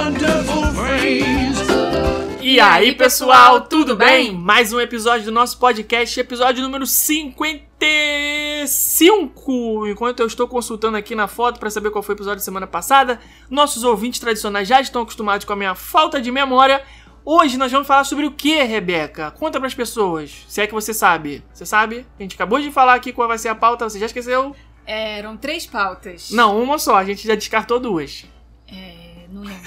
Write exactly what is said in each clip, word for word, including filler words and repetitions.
wonderful phrase. E aí, pessoal, tudo bem? Mais um episódio do nosso podcast, episódio número cinquenta e cinco. Enquanto eu estou consultando aqui na foto para saber qual foi o episódio da semana passada, nossos ouvintes tradicionais já estão acostumados com a minha falta de memória. Hoje nós vamos falar sobre o que, Rebeca? Conta pras pessoas, se é que você sabe. Você sabe? A gente acabou de falar aqui qual vai ser a pauta, você já esqueceu? É, eram três pautas. Não, uma só, a gente já descartou duas. É, não lembro.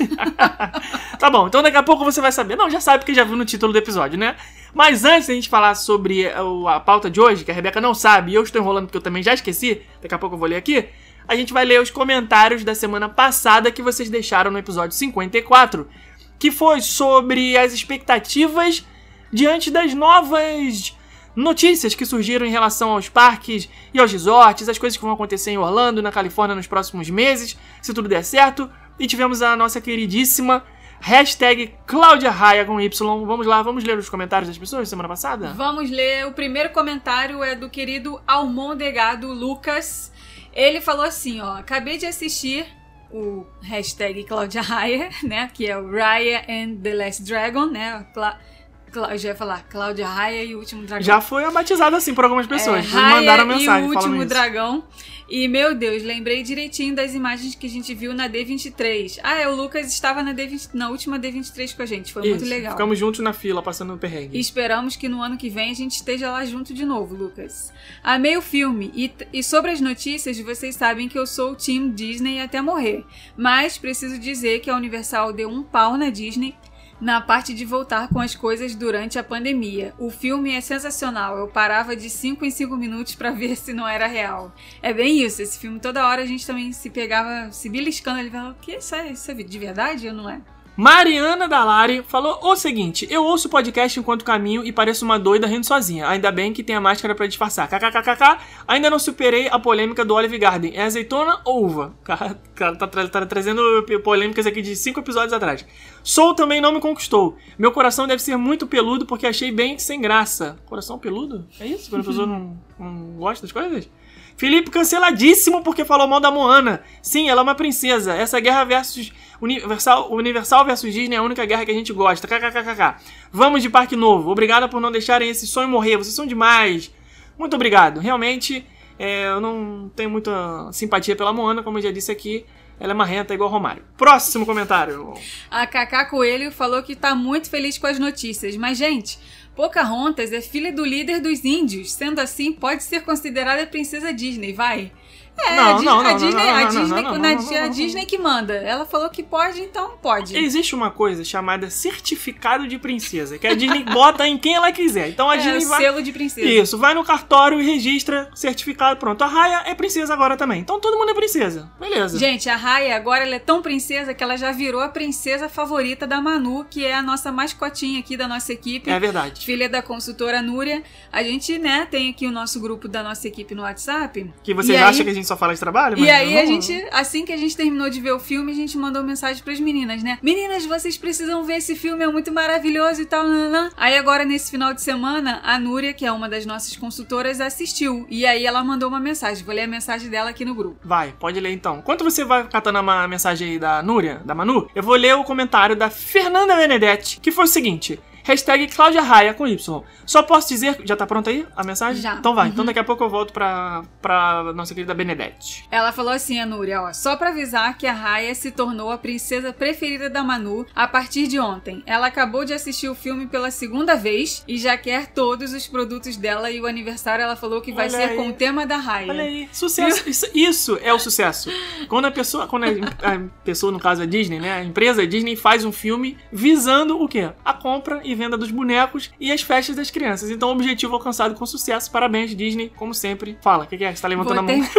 Tá bom, então daqui a pouco você vai saber. Não, já sabe porque já viu no título do episódio, né? Mas antes da gente falar sobre a pauta de hoje, que a Rebeca não sabe e eu estou enrolando porque eu também já esqueci, daqui a pouco eu vou ler aqui, a gente vai ler os comentários da semana passada que vocês deixaram no episódio cinquenta e quatro, que foi sobre as expectativas diante das novas notícias que surgiram em relação aos parques e aos resorts, as coisas que vão acontecer em Orlando, na Califórnia, nos próximos meses, se tudo der certo. E tivemos a nossa queridíssima hashtag Cláudia Raia com Y. Vamos lá, vamos ler os comentários das pessoas da semana passada? Vamos ler. O primeiro comentário é do querido Almondegado Lucas. Ele falou assim, ó: acabei de assistir o hashtag Cláudia Raia, né, que é o Raya and the Last Dragon, né, Cla- Cla- eu já ia falar Cláudia Raia e o Último Dragão. Já foi batizado assim por algumas pessoas, é, me mandaram mensagem e o falando Último isso. Dragão. E, meu Deus, lembrei direitinho das imagens que a gente viu na D vinte e três. Ah, é, o Lucas estava na, D vinte, na última D vinte e três com a gente, foi Isso, muito legal. Ficamos juntos na fila, passando no perrengue. E esperamos que no ano que vem a gente esteja lá junto de novo, Lucas. Amei o filme, e, e sobre as notícias, vocês sabem que eu sou o Team Disney até morrer. Mas preciso dizer que a Universal deu um pau na Disney na parte de voltar com as coisas durante a pandemia. O filme é sensacional, eu parava de cinco em cinco minutos pra ver se não era real. É bem isso, esse filme toda hora a gente também se pegava, se beliscando, ele falava, o que? Isso é, isso é de verdade ou não é? Mariana Dalari falou o seguinte: eu ouço o podcast enquanto caminho e pareço uma doida rindo sozinha. Ainda bem que tem a máscara pra disfarçar. KKKKK. Ainda não superei a polêmica do Olive Garden. É azeitona ou uva? Cara, cara tá, tra- tá trazendo polêmicas aqui de cinco episódios atrás. Soul também não me conquistou. Meu coração deve ser muito peludo porque achei bem sem graça. Coração peludo? É isso? Quando a pessoa não, não gosta das coisas? Felipe canceladíssimo porque falou mal da Moana. Sim, ela é uma princesa. Essa guerra versus Universal, Universal versus Disney é a única guerra que a gente gosta. KKKKK. Vamos de Parque Novo. Obrigada por não deixarem esse sonho morrer. Vocês são demais. Muito obrigado. Realmente, é, eu não tenho muita simpatia pela Moana, como eu já disse aqui. Ela é marrenta igual Romário. Próximo comentário. A Cacá Coelho falou que tá muito feliz com as notícias. Mas, gente, Pocahontas é filha do líder dos índios. Sendo assim, pode ser considerada princesa Disney, vai? É, Não, a Dis- não, não, a não, Disney, não, a não, Disney, não, não, na- não, não, a não, Disney que manda. Ela falou que pode, então pode. Existe uma coisa chamada certificado de princesa, que a Disney bota em quem ela quiser. Então a É, Disney o vai... selo de princesa. Isso, vai no cartório e registra certificado, pronto. A Raya é princesa agora também. Então todo mundo é princesa. Beleza. Gente, a Raya agora ela é tão princesa que ela já virou a princesa favorita da Manu, que é a nossa mascotinha aqui da nossa equipe. É verdade. Filha da consultora Núria. A gente, né, tem aqui o nosso grupo da nossa equipe no WhatsApp. Que vocês E acham aí- que a gente só fala de trabalho? E Mas aí não- a gente, assim que a gente terminou de ver o filme, a gente mandou mensagem pras meninas, né? Meninas, vocês precisam ver esse filme, é muito maravilhoso e tal, nananã. Aí agora, nesse final de semana, a Núria, que é uma das nossas consultoras, assistiu. E aí ela mandou uma mensagem. Vou ler a mensagem dela aqui no grupo. Vai, pode ler então. Enquanto você vai catando a mensagem aí da Núria, da Manu, eu vou ler o comentário da Fernanda Benedetti, que foi o seguinte: hashtag Cláudia Raia com Y. Só posso dizer... Já tá pronta aí a mensagem? Já. Então vai. Uhum. Então daqui a pouco eu volto pra, pra nossa querida Benedetti. Ela falou assim, a Núria, ó, só pra avisar que a Raya se tornou a princesa preferida da Manu a partir de ontem. Ela acabou de assistir o filme pela segunda vez e já quer todos os produtos dela, e o aniversário ela falou que vai Olha ser aí. com o tema da Raya. Olha aí, sucesso. Isso, isso é o sucesso. Quando a pessoa, quando a, a pessoa, no caso a Disney, né, a empresa Disney faz um filme visando o quê? A compra e venda dos bonecos e as festas das crianças. Então, objetivo alcançado com sucesso. Parabéns, Disney, como sempre. Fala, o que, que é? Você tá levantando Vou a mão?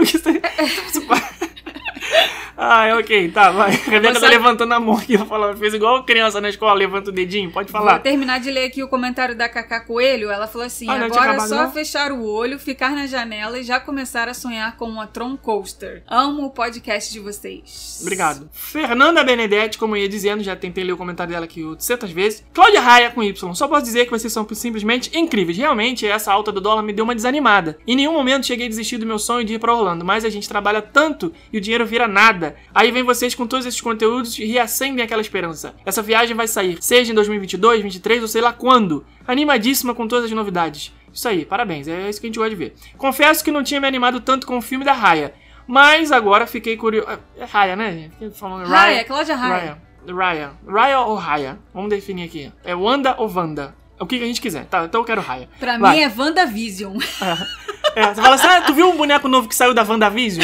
Ah, é ok, tá, vai. A Rebeca tá só- levantando a mão aqui, falando, fez igual criança na escola, levanta o dedinho, pode falar. Vou terminar de ler aqui o comentário da Cacá Coelho. Ela falou assim, Ah, não tinha agora é acabado, só não? fechar o olho, ficar na janela e já começar a sonhar com uma Tron Coaster. Amo o podcast de vocês. Obrigado. Fernanda Benedetti, como eu ia dizendo, já tentei ler o comentário dela aqui oitocentas vezes. Cláudia Raia com Y. Só posso dizer que vocês são simplesmente incríveis. Realmente, essa alta do dólar me deu uma desanimada. Em nenhum momento cheguei a desistir do meu sonho de ir pra Orlando, mas a gente trabalha tanto e o dinheiro vira nada. nada. Aí vem vocês com todos esses conteúdos e reacendem aquela esperança. Essa viagem vai sair, seja em dois mil e vinte e dois, vinte e três ou sei lá quando. Animadíssima com todas as novidades. Isso aí, parabéns, é isso que a gente gosta de ver. Confesso que não tinha me animado tanto com o filme da Raya, mas agora fiquei curioso... É Raya, né, gente? Raya, Cláudia Raya. Raya. Raya ou Raya? Vamos definir aqui. É Wanda ou Wanda? O que a gente quiser. Tá, então eu quero Raya. Pra Vai. mim é WandaVision. É. É, você fala assim, ah, tu viu um boneco novo que saiu da WandaVision?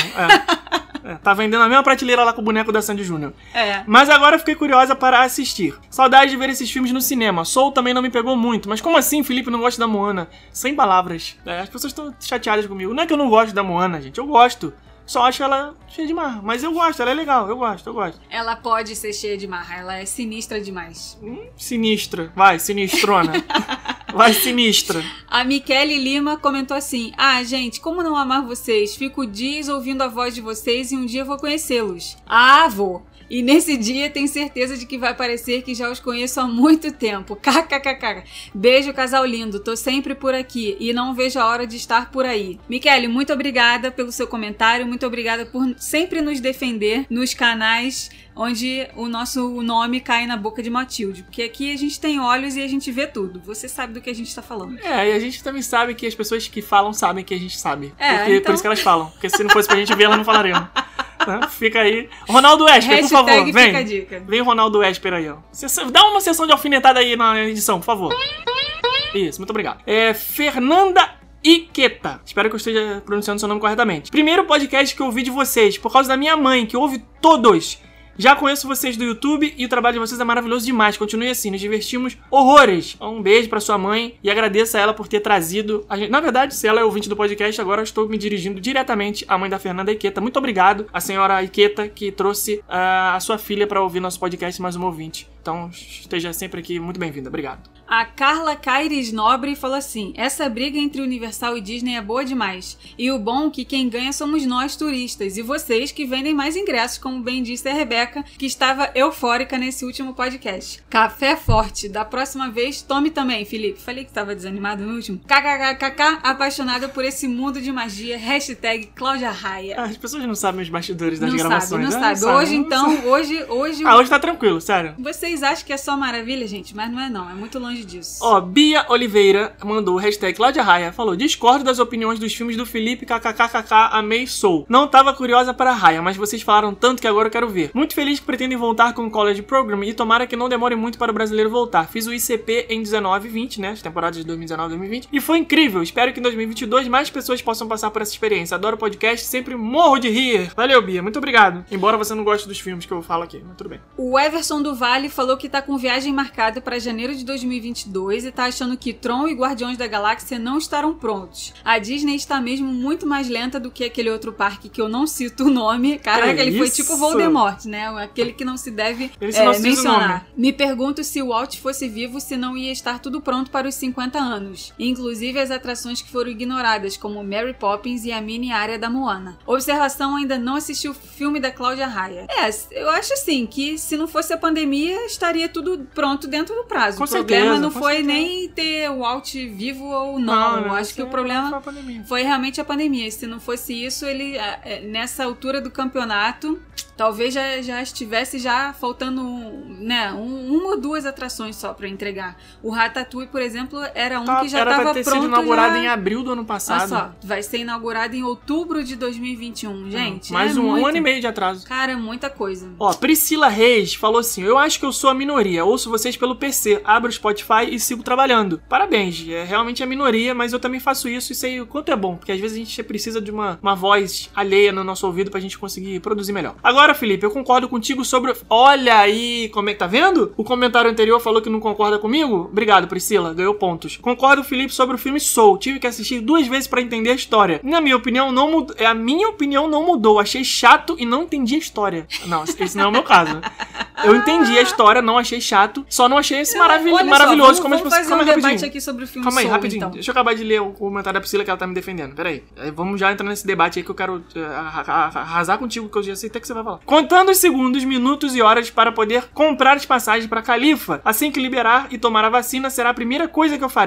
É. É, tá vendendo a mesma prateleira lá com o boneco da Sandy Júnior. É. Mas agora eu fiquei curiosa para assistir. Saudade de ver esses filmes no cinema. Soul também não me pegou muito. Mas como assim, Felipe não gosta da Moana? Sem palavras. É, as pessoas estão chateadas comigo. Não é que eu não gosto da Moana, gente. Eu gosto. Só acho ela cheia de marra. Mas eu gosto, ela é legal. Eu gosto, eu gosto. Ela pode ser cheia de marra. Ela é sinistra demais. Hum, sinistra. Vai, sinistrona. Vai, sinistra. A Michele Lima comentou assim: ah, gente, como não amar vocês? Fico dias ouvindo a voz de vocês e um dia vou conhecê-los. Ah, vou. E nesse dia tenho certeza de que vai parecer que já os conheço há muito tempo. Kkkk. Beijo, casal lindo. Tô sempre por aqui e não vejo a hora de estar por aí. Michele, muito obrigada pelo seu comentário. Muito obrigada por sempre nos defender nos canais onde o nosso nome cai na boca de Matilde. Porque aqui a gente tem olhos e a gente vê tudo. Você sabe do que a gente tá falando. É, e a gente também sabe que as pessoas que falam sabem que a gente sabe. É, porque, então... Por isso que elas falam. Porque se não fosse pra gente ver, elas não falariam. Tá? Fica aí. Ronaldo Esper, por favor, Hashtag vem. fica a dica. Vem Ronaldo Esper aí, ó. Dá uma sessão de alfinetada aí na edição, por favor. Isso, muito obrigado. É, Fernanda Iqueta. Espero que eu esteja pronunciando seu nome corretamente. Primeiro podcast que eu ouvi de vocês, por causa da minha mãe, que ouve todos. Já conheço vocês do YouTube e o trabalho de vocês é maravilhoso demais. Continue assim, nos divertimos horrores. Um beijo pra sua mãe e agradeço a ela por ter trazido a gente. Na verdade, se ela é ouvinte do podcast, agora eu estou me dirigindo diretamente à mãe da Fernanda Iqueta. Muito obrigado, a senhora Iqueta, que trouxe uh, a sua filha pra ouvir nosso podcast, mais uma ouvinte. Então, esteja sempre aqui, muito bem-vinda. Obrigado. A Carla Caires Nobre falou assim: essa briga entre Universal e Disney é boa demais. E o bom é que quem ganha somos nós turistas e vocês que vendem mais ingressos, como bem disse a Rebeca, que estava eufórica nesse último podcast. Café forte. Da próxima vez, tome também, Felipe. Falei que estava desanimado no último. Kkkk, apaixonada por esse mundo de magia. Hashtag Cláudia Raya. Ah, as pessoas não sabem os bastidores das não gravações. Sabe, não né? sabe. Não Hoje, sabe, então, não hoje, hoje... Ah, hoje tá tranquilo, sério. Vocês acham que é só maravilha, gente? Mas não é não. É muito longe disso. Ó, Bia Oliveira mandou o hashtag Cláudia Raya. Falou: discordo das opiniões dos filmes do Felipe, kkkk, amei Soul. Não tava curiosa para Raya, mas vocês falaram tanto que agora eu quero ver. Muito feliz que pretendem voltar com o College Program e tomara que não demore muito para o brasileiro voltar. Fiz o I C P em dezenove e vinte, né? As temporadas de dois mil e dezenove e dois mil e vinte. E foi incrível. Espero que em dois mil e vinte e dois mais pessoas possam passar por essa experiência. Adoro o podcast, sempre morro de rir. Valeu, Bia. Muito obrigado. Embora você não goste dos filmes que eu falo aqui, mas tudo bem. O Everson do Vale falou que tá com viagem marcada para janeiro de dois mil e vinte e dois e tá achando que Tron e Guardiões da Galáxia não estarão prontos. A Disney está mesmo muito mais lenta do que aquele outro parque que eu não cito o nome. Caraca, ele foi tipo Voldemort, né? Aquele que não se deve é, mencionar. Me pergunto se o Walt fosse vivo, se não ia estar tudo pronto para os cinquenta anos. Inclusive as atrações que foram ignoradas, como Mary Poppins e a mini área da Moana. Observação: ainda não assisti o filme da Cláudia Raya. É, eu acho assim, que se não fosse a pandemia, estaria tudo pronto dentro do prazo. Com o problema certeza, não foi certeza. nem ter o Walt vivo ou não. Não, não, acho que o problema foi, a pandemia. foi realmente a pandemia. Se não fosse isso, ele, nessa altura do campeonato, talvez já, já estivesse já faltando né, um, uma ou duas atrações só pra entregar. O Ratatouille, por exemplo, era um tá, que já era tava pra ter pronto. sido inaugurado já... em abril do ano passado. Olha só, vai ser inaugurado em outubro de dois mil e vinte e um, gente. Hum, mais é um, muito... um ano e meio de atraso. Cara, muita coisa. Ó, Priscila Reis falou assim: eu acho que eu sou a minoria, ouço vocês pelo P C, abro o Spotify e sigo trabalhando. Parabéns, é realmente a minoria, mas eu também faço isso e sei o quanto é bom, porque às vezes a gente precisa de uma, uma voz alheia no nosso ouvido pra gente conseguir produzir melhor. Agora, Felipe, eu concordo contigo sobre... Olha aí, como é que tá vendo? O comentário anterior falou que não concorda comigo? Obrigado, Priscila, ganhou pontos. Concordo, Felipe, sobre o filme Soul. Tive que assistir duas vezes pra entender a história. Na minha opinião, não mudou. A minha opinião não mudou. Achei chato e não entendi a história. Não, esse não é o meu caso. Eu entendi a história, não achei chato, só não achei esse maravil... Olha maravilhoso só, vamos, como as vamos pessoas... fazer um Calma, debate rapidinho. aqui sobre o filme Calma aí, Soul, rapidinho. então. Deixa eu acabar de ler o comentário da Priscila que ela tá me defendendo. Pera aí. Vamos já entrar nesse debate aí que eu quero uh, arrasar contigo, que eu já sei até que você vai falar. Contando os segundos, minutos e horas para poder comprar as passagens para Califa. Assim que liberar e tomar a vacina, será a primeira coisa que eu farei.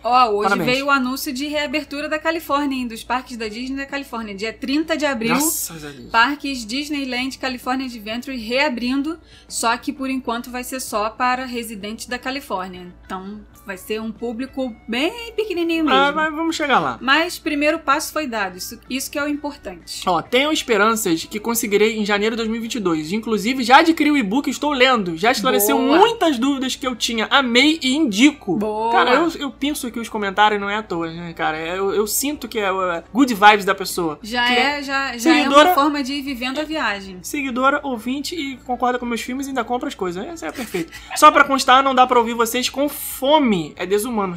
Ó, hoje Parabéns. veio o anúncio de reabertura da Califórnia, hein, dos parques da Disney da Califórnia. Dia trinta de abril, Graças a Deus. parques Disneyland California Adventure reabrindo, só que por enquanto vai ser só para residentes da Califórnia. Então vai ser um público bem pequenininho mesmo. Ah, mas vamos chegar lá. Mas primeiro passo foi dado, isso, isso que é o importante. Ó, tenho esperanças que conseguirei em janeiro de dois mil e vinte e dois. Inclusive, já adquiri o e-book, estou lendo. Já esclareceu Boa. muitas dúvidas que eu tinha. Amei e indico. Boa. Cara, eu, eu penso que os comentários não é à toa, né, cara? Eu, eu sinto que é uh, good vibes da pessoa. Já Que é, já, já é seguidora- uma forma de ir vivendo a viagem. Seguidora, ouvinte e concorda com meus filmes e ainda compra as coisas. Essa é perfeito. Só pra constar, não dá pra ouvir vocês com fome. É desumano.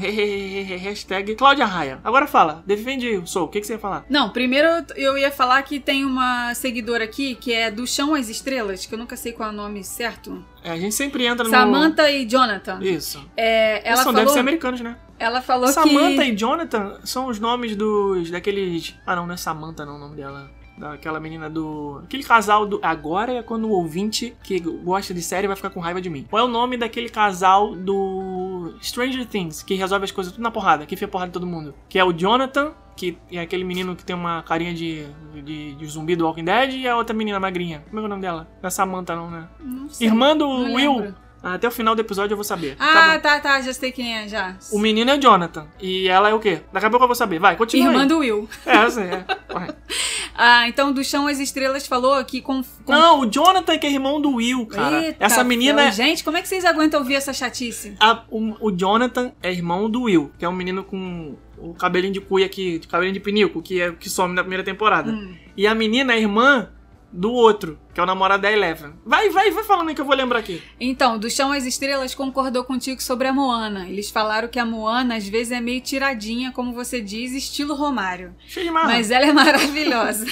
Hashtag Cláudia Raia. Agora fala. Defende o Soul. O que, que você ia falar? Não, primeiro eu ia falar que tem uma seguidora aqui que é do Chão às Estrelas, que eu nunca sei qual é o nome certo. É, a gente sempre entra no... Samantha e Jonathan. Isso. É, ela Eles são, falou, devem ser americanos, né? ela falou Samantha que... e Jonathan são os nomes dos... daqueles... Ah, não, não é Samantha não o nome dela. Daquela menina do... Aquele casal do... Agora é quando o ouvinte que gosta de série vai ficar com raiva de mim. Qual é o nome daquele casal do... Stranger Things, que resolve as coisas tudo na porrada, que enfia porrada em todo mundo? Que é o Jonathan, que é aquele menino que tem uma carinha de, de, de zumbi do Walking Dead, e a outra menina magrinha. Como é, que é o nome dela? Não é Samantha não, né? Não sei, Irmã do não Will. lembro. Até o final do episódio eu vou saber. Ah, bom. tá, tá, já sei quem é, já. O menino é o Jonathan. E ela é o quê? Daqui a pouco eu vou saber. Vai, continua Irmã aí. do Will. É, eu sei, é. Vai. Ah, então do Chão às Estrelas falou que com... com... Não, o Jonathan que é irmão do Will, cara. Eita, Essa menina ferro. é... Gente, como é que vocês aguentam ouvir essa chatice? A, o, o Jonathan é irmão do Will, que é um menino com o cabelinho de cuia aqui, de cabelinho de pinico, que é que some na primeira temporada. Hum. E a menina é irmã do outro, que é o namorado da Eleven. Vai, vai, vai falando aí que eu vou lembrar aqui. Então, do Chão às Estrelas concordou contigo sobre a Moana. Eles falaram que a Moana às vezes é meio tiradinha, como você diz, estilo Romário. Cheio de marra. Mas ela é maravilhosa.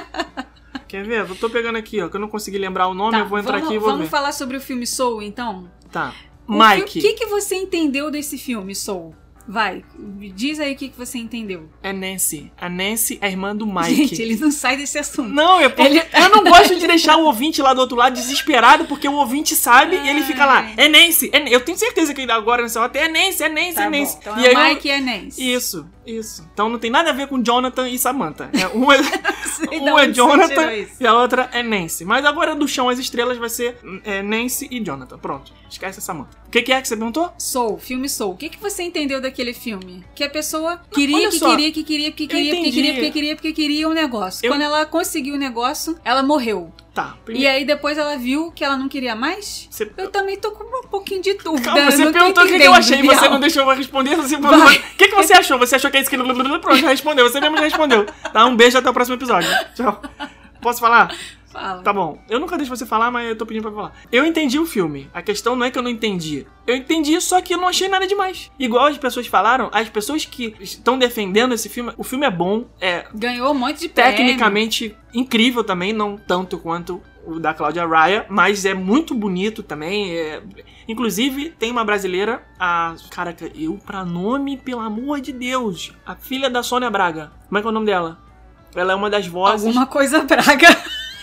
Quer ver? Eu tô pegando aqui, ó, que eu não consegui lembrar o nome, Tá, eu vou entrar vamos, aqui e vou vamos ver. falar sobre o filme Soul, então? Tá. O Mike. que, que você entendeu desse filme, Soul? Vai, diz aí o que, que você entendeu. É Nancy. A Nancy é a irmã do Mike. Gente, ele não sai desse assunto. Não, é porque Ele- eu não gosto de deixar o ouvinte lá do outro lado desesperado, porque o ouvinte sabe e ele fica lá. É Nancy. É... Eu tenho certeza que agora nessa hora é Nancy, é Nancy, Tá é bom. Nancy. Então E é aí eu- Mike e é Nancy. Isso, isso. Então não tem nada a ver com Jonathan e Samantha. É, um é, Sei de um é onde você Jonathan tirou isso. e a outra é Nancy. Mas agora do Chão às Estrelas vai ser é, Nancy e Jonathan. Pronto. Esquece a Samantha. O que, que é que você perguntou? Soul, filme Soul. O que, que você entendeu daquele filme? Que a pessoa queria, olha que só. queria, que queria, que queria, porque entendi. queria, porque queria, porque queria um negócio. Eu- Quando ela conseguiu o negócio, ela morreu. Tá. E Primeiro... aí depois ela viu que ela não queria mais? Você... Eu também tô com um pouquinho de dúvida. Calma, você não tô perguntou o que, que eu entendendo, achei, você Bial. não deixou eu responder, você Vai. falou. O que, que você achou? Você achou que é isso que. Pronto, já respondeu. Você mesmo já respondeu. Tá, um beijo até o próximo episódio. Tchau. Posso falar? Fala. Tá bom. Eu nunca deixo você falar, mas eu tô pedindo pra falar. Eu entendi o filme. A questão não é que eu não entendi. Eu entendi, só que eu não achei nada demais. Igual as pessoas falaram, as pessoas que estão defendendo esse filme, o filme é bom, é Ganhou um monte de prêmio. tecnicamente incrível também, não tanto quanto o da Cláudia Raia, mas é muito bonito também. É... Inclusive, tem uma brasileira, a... Caraca, eu pra nome, pelo amor de Deus. A filha da Sônia Braga. Como é que é o nome dela? Ela é uma das vozes. Alguma coisa braga.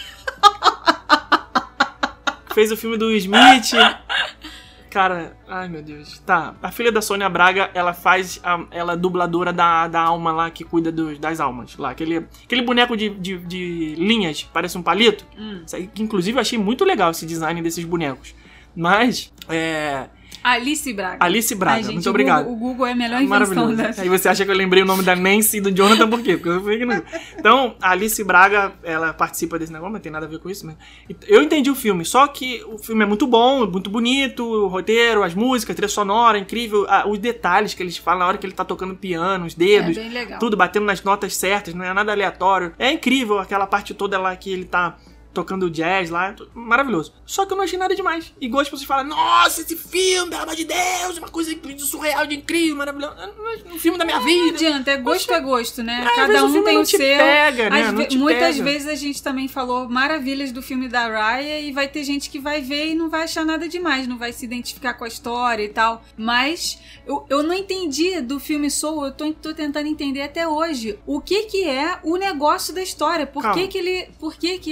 Fez o filme do Smith. Cara, ai meu Deus. Tá, a filha da Sônia Braga, ela faz. A, ela é dubladora da, da alma lá que cuida dos, das almas. Lá, aquele, aquele boneco de, de, de linhas, parece um palito. Hum. Isso aí, que, inclusive, eu achei muito legal esse design desses bonecos. Mas, é. Alice Braga. Alice Braga, Ai, gente, muito o obrigado. Google, o Google é a melhor invenção Maravilhoso. dessa. Aí você acha que eu lembrei o nome da Nancy e do Jonathan, por quê? Porque eu fui ignorando. Então, a Alice Braga, ela participa desse negócio, mas não tem nada a ver com isso. Mas... Eu entendi o filme, só que o filme é muito bom, muito bonito, o roteiro, as músicas, a trilha sonora, incrível, ah, os detalhes que eles falam na hora que ele tá tocando piano, os dedos, É bem legal. tudo batendo nas notas certas, não é nada aleatório. É incrível aquela parte toda lá que ele tá tocando jazz lá, maravilhoso. Só que eu não achei nada demais. Igual as pessoas falam, nossa, esse filme, pelo amor de Deus, uma coisa de surreal, de incrível, maravilhoso. É um filme da minha Não vida. adianta, é gosto é gosto, né? É, às vezes Cada o um filme tem não o te seu. pega, né? Às Não ve- te Muitas pega. vezes a gente também falou maravilhas do filme da Raya e vai ter gente que vai ver e não vai achar nada demais, não vai se identificar com a história e tal. Mas eu, eu não entendi do filme Soul, eu tô, tô tentando entender até hoje o que que é o negócio da história. Por Calma. que que ele, por que que ele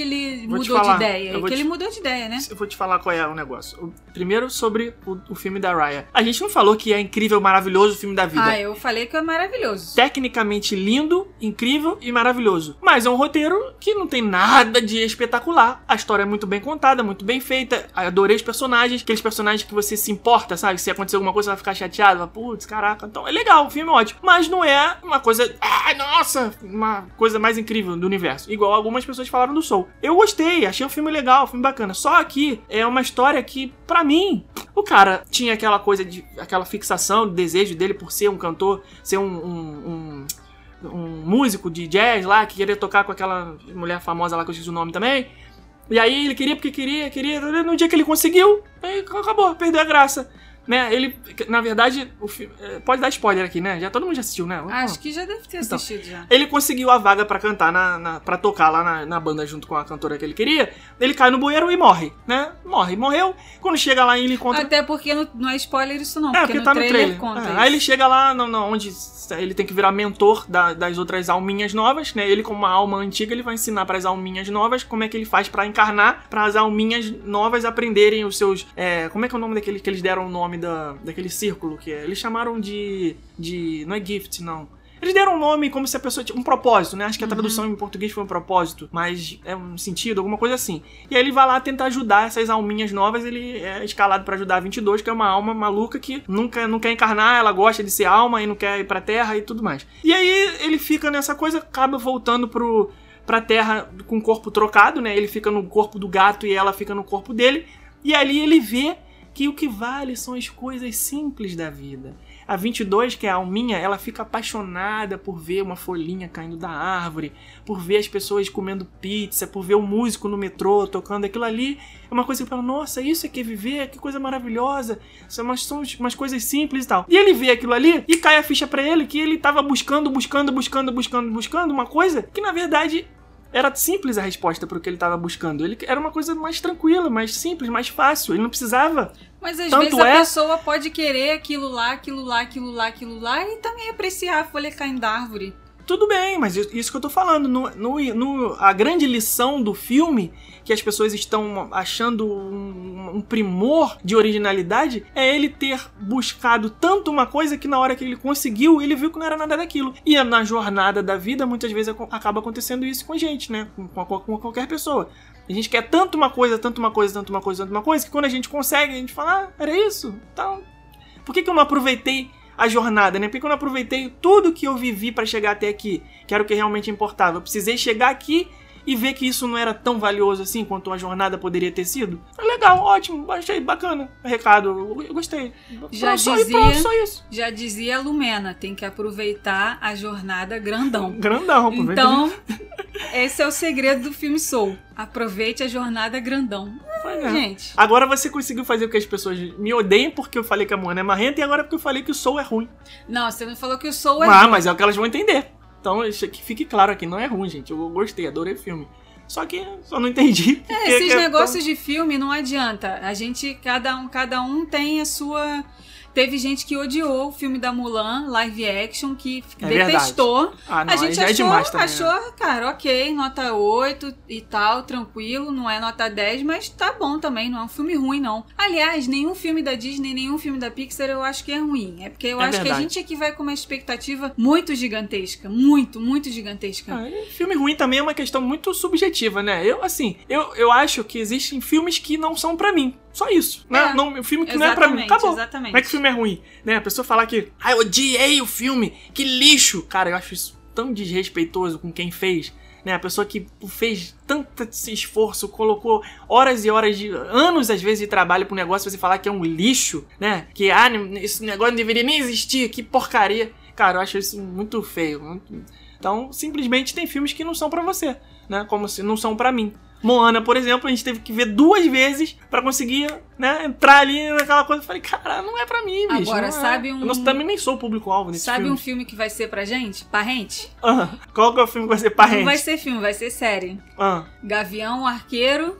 vou te mudou falar, de ideia. eu É vou que te- ele mudou de ideia, né? Eu vou te falar qual é o negócio. O- primeiro, sobre o, o filme da Raya. A gente não falou que é incrível, maravilhoso o filme da vida. Ah, eu falei que é maravilhoso. Tecnicamente lindo, incrível e maravilhoso. Mas é um roteiro que não tem nada de espetacular. A história é muito bem contada, muito bem feita. Adorei os personagens. Aqueles personagens que você se importa, sabe? Se acontecer alguma coisa, você vai ficar chateado. Vai, putz, caraca. Então é legal, o filme é ótimo. Mas não é uma coisa... Ah, nossa! Uma coisa mais incrível do universo. Igual algumas pessoas falaram do Soul. Eu gostei, achei o filme legal, o filme bacana. Só que é uma história que, pra mim... O cara tinha aquela coisa de... Aquela fixação, o desejo dele por ser um cantor, ser um... um, um um músico de jazz lá, que queria tocar com aquela mulher famosa lá, que eu esqueci o nome também. E aí ele queria porque queria, queria. No dia que ele conseguiu, aí acabou, perdeu a graça. Né? Ele, na verdade, o filme, pode dar spoiler aqui, né? Já todo mundo já assistiu, né? Acho que já deve ter Então, assistido já. Ele conseguiu a vaga pra cantar, na, na, pra tocar lá na, na banda junto com a cantora que ele queria. Ele cai no bueiro e morre, né? Morre, morreu. Quando chega lá, ele encontra... Até porque não, não é spoiler isso não, É, porque, porque no tá no trailer, trailer. conta É, isso. aí ele chega lá no, no, onde ele tem que virar mentor da- das outras alminhas novas, né? Ele, como uma alma antiga, ele vai ensinar pras alminhas novas como é que ele faz pra encarnar, para as alminhas novas aprenderem os seus... É, como é que é o nome daquele que eles deram o nome da, daquele círculo que é? Eles chamaram de... de não é gift, não. Eles deram um nome como se a pessoa... Um propósito, né? Acho que a tradução em português foi um propósito. Mas é um sentido, alguma coisa assim. E aí ele vai lá tentar ajudar essas alminhas novas. Ele é escalado pra ajudar a vinte e dois, que é uma alma maluca que nunca, não quer encarnar. Ela gosta de ser alma e não quer ir pra terra e tudo mais. E aí ele fica nessa coisa, acaba voltando pro... pra terra com o corpo trocado, né? Ele fica no corpo do gato e ela fica no corpo dele. E ali ele vê que o que vale são as coisas simples da vida. A vinte e dois, que é a alminha, ela fica apaixonada por ver uma folhinha caindo da árvore, por ver as pessoas comendo pizza, por ver o músico no metrô tocando aquilo ali. É uma coisa que fala, nossa, isso é que é viver, que coisa maravilhosa. São umas, são umas coisas simples e tal. E ele vê aquilo ali e cai a ficha pra ele que ele tava buscando, buscando, buscando, buscando, buscando uma coisa que, na verdade... Era simples a resposta pro que ele estava buscando. Ele era uma coisa mais tranquila, mais simples, mais fácil. Ele não precisava. Mas às Tanto vezes a é- pessoa pode querer aquilo lá, aquilo lá, aquilo lá, aquilo lá e também apreciar a folha caindo da árvore. Tudo bem, mas isso que eu tô falando. No, no, no- a grande lição do filme, que as pessoas estão achando um, um primor de originalidade, é ele ter buscado tanto uma coisa que na hora que ele conseguiu, ele viu que não era nada daquilo. E na jornada da vida, muitas vezes acaba acontecendo isso com a gente, né? Com, com, com qualquer pessoa. A gente quer tanto uma coisa, tanto uma coisa, tanto uma coisa, tanto uma coisa, que quando a gente consegue, a gente fala, ah, era isso? Então, por que que eu não aproveitei a jornada, né? Por que eu não aproveitei tudo que eu vivi pra chegar até aqui, que era o que realmente importava? Eu precisei chegar aqui e ver que isso não era tão valioso assim quanto a jornada poderia ter sido. Legal, ótimo, achei bacana. Recado, eu gostei. Já Pronto, só, dizia- pronto, só isso. Já dizia a Lumena, tem que aproveitar a jornada grandão. Grandão, aproveita. Então, esse é o segredo do filme Soul. Aproveite a jornada grandão. Pois é. Gente, Agora você conseguiu fazer com que as pessoas me odeiem porque eu falei que a Moana é marrenta e agora porque eu falei que o Soul é ruim. não, você não falou que o Soul é Ah, ruim. mas é o que elas vão entender. Então, isso que fique claro aqui, não é ruim, gente. Eu gostei, adorei o filme. Só que só não entendi. É, porque esses que é negócios de filme não adianta. A gente, cada um, cada um tem a sua... Teve gente que odiou o filme da Mulan, live action, que É detestou. tão... Ah, não, A aí gente já é achou, demais também. né? achou, cara, ok, nota oito e tal, tranquilo, não é nota dez, mas tá bom também, não é um filme ruim, não. Aliás, nenhum filme da Disney, nenhum filme da Pixar eu acho que é ruim. É porque eu É acho que a verdade. gente aqui vai com uma expectativa muito gigantesca, muito, muito gigantesca. Ah, e filme ruim também é uma questão muito subjetiva, né? Eu, assim, eu, eu acho que existem filmes que não são pra mim. Só isso, né? É, não, um filme que não é pra mim. exatamente, Acabou. exatamente. Como é que o filme é ruim? Né? A pessoa falar que, ah, eu odiei o filme, que lixo. Cara, eu acho isso tão desrespeitoso com quem fez. Né? A pessoa que fez tanto esforço, colocou horas e horas de... anos, às vezes, de trabalho pro negócio, você falar que é um lixo, né? Que, ah, esse negócio não deveria nem existir, que porcaria. Cara, eu acho isso muito feio. Muito... Então, simplesmente tem filmes que não são pra você, né? Como se não são pra mim. Moana, por exemplo, a gente teve que ver duas vezes pra conseguir, né, entrar ali naquela coisa. Eu falei, cara, não é pra mim, bicho. Agora, não é. sabe um- Eu não- também nem sou o público-alvo nesse Sabe filme. um filme que vai ser pra gente? Parrente? Ah, qual que é o filme que vai ser parrente? Não vai ser filme, vai ser série. Ah. Gavião Arqueiro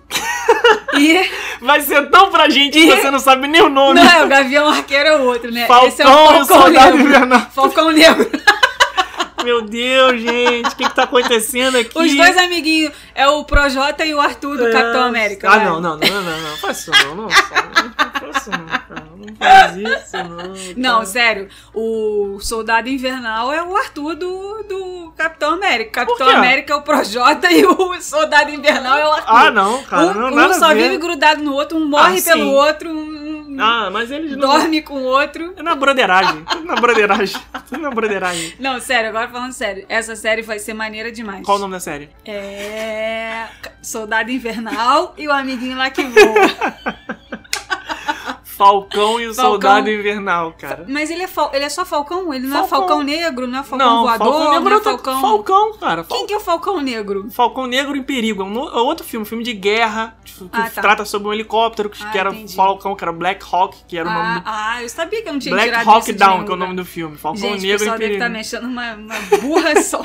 e... Vai ser tão pra gente que E- você não sabe nem o nome. Não, é o Gavião Arqueiro é o outro, né? Falcão Esse é o e o Falcão Soldado Negro. Invernal. Falcão Negro. Meu Deus, gente, o que que tá acontecendo aqui? Os dois amiguinhos, é o Projota e o Arthur do É. Capitão América. Ah, vai. não, não, não, não, não, não, faz isso não, não, não faz isso não, cara, não faz isso não. Não, cara. sério, o Soldado Invernal é o Arthur do, do Capitão América. Por Capitão quê? América é o Projota e o Soldado Invernal é o Arthur. Ah, não, cara, um, não, um nada só a ver. vive grudado no outro, um morre Ah, pelo sim. outro, um Ah, mas eles não... dorme com o outro. É na broderagem, tudo na broderagem, tudo na broderagem. Não, sério, agora falando sério, essa série vai ser maneira demais. Qual o nome da série? É... Soldado Invernal e o amiguinho lá que voa. Falcão e o Falcão. Soldado Invernal, cara. Mas ele é, fal... ele é só Falcão? Ele não Falcão. é Falcão Negro, não é Falcão Não, Voador, Falcão Negro não é é outra- Falcão... Falcão, cara. Fal- Quem que é o Falcão Negro? Falcão Negro em Perigo. É um no- é outro filme, filme de guerra, que Ah, tá. trata sobre um helicóptero, que Ah, era entendi. Falcão, que era Black Hawk, que era o nome Ah, do... ah, eu sabia que eu não tinha Black tirado Hawk isso de Down, nenhum que é o nome lugar. do filme. Falcão Gente, o Negro em pessoal deve Perigo. estar mexendo uma, uma burra só.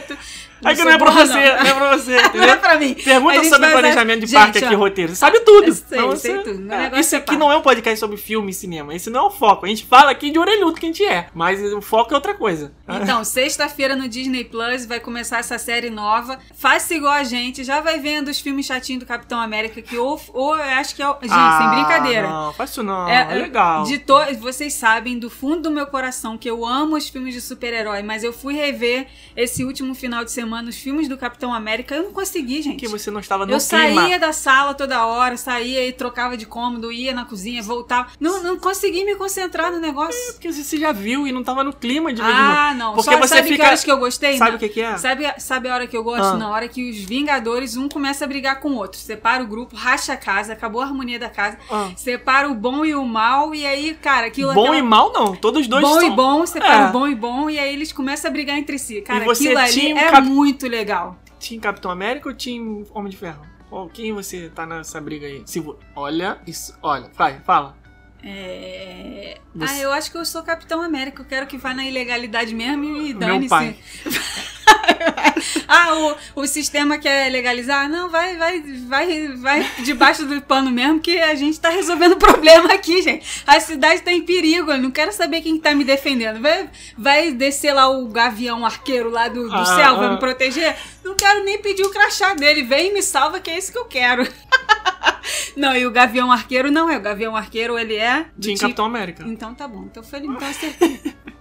É que sou não é pra burra, você, não é pra você, Não é entendeu? pra mim. A Pergunta gente sobre vai- planejamento de Gente, parque aqui, ó, roteiro. Você sabe tudo. eu sei, Não, eu sei você- tudo. Meu é, negócio Isso é aqui parque. não é um podcast sobre filme e cinema. Esse não é o foco. A gente fala aqui de orelhudo que a gente é. Mas o foco é outra coisa. Então, sexta-feira no Disney Plus vai começar essa série nova. Faça igual a gente, já vai vendo os filmes chatinhos do Capitão América, que ou, ou eu acho que é. o- Gente, Ah, sem brincadeira. Não, faz isso não. É, É, legal. De to... Vocês sabem do fundo do meu coração que eu amo os filmes de super-herói, mas eu fui rever esse último final de semana os filmes do Capitão América. Eu não consegui, gente. Que você não estava no Eu clima. saía da sala toda hora, saía e trocava de cômodo, ia na cozinha, voltava. Não, não consegui me concentrar no negócio. Porque você já viu e não tava no clima de ver de Ah, novo. não. Porque Só, você sabe fica... que horas que eu gostei? Sabe Não. o que que é? Sabe, sabe a hora que eu gosto? Ah. Na hora que os Vingadores, um começa a brigar com o outro. Separa o grupo, racha a casa, acabou a harmonia da casa. Ah. Separa o bom e o mal, e aí, cara, aquilo... Bom aquela- e mal, não. Todos os dois Bom são... e bom, separa É. o bom e bom, e aí eles começam a brigar entre si. Cara, E você aquilo ali tinha um é cap- muito legal. Team Capitão América ou Team Homem de Ferro? Qual- Quem você tá nessa briga aí? Se vo- Olha isso. Olha, vai, fala. É... Você- Ah, eu acho que eu sou Capitão América. Eu quero que vá na ilegalidade mesmo e Meu dane-se. pai. Ah, o, o sistema quer legalizar? Não, vai, vai, vai, vai debaixo do pano mesmo, que a gente tá resolvendo o problema aqui, gente. A cidade tá em perigo, eu não quero saber quem tá me defendendo. Vai, vai descer lá o gavião arqueiro lá do, do Ah, céu, vai ah. me proteger? Não quero nem pedir o crachá dele. Vem e me salva, que é isso que eu quero. Não, e o gavião arqueiro não é. O gavião arqueiro, ele é... do Team tipo- Capitão América. Então tá bom, então foi então acertei.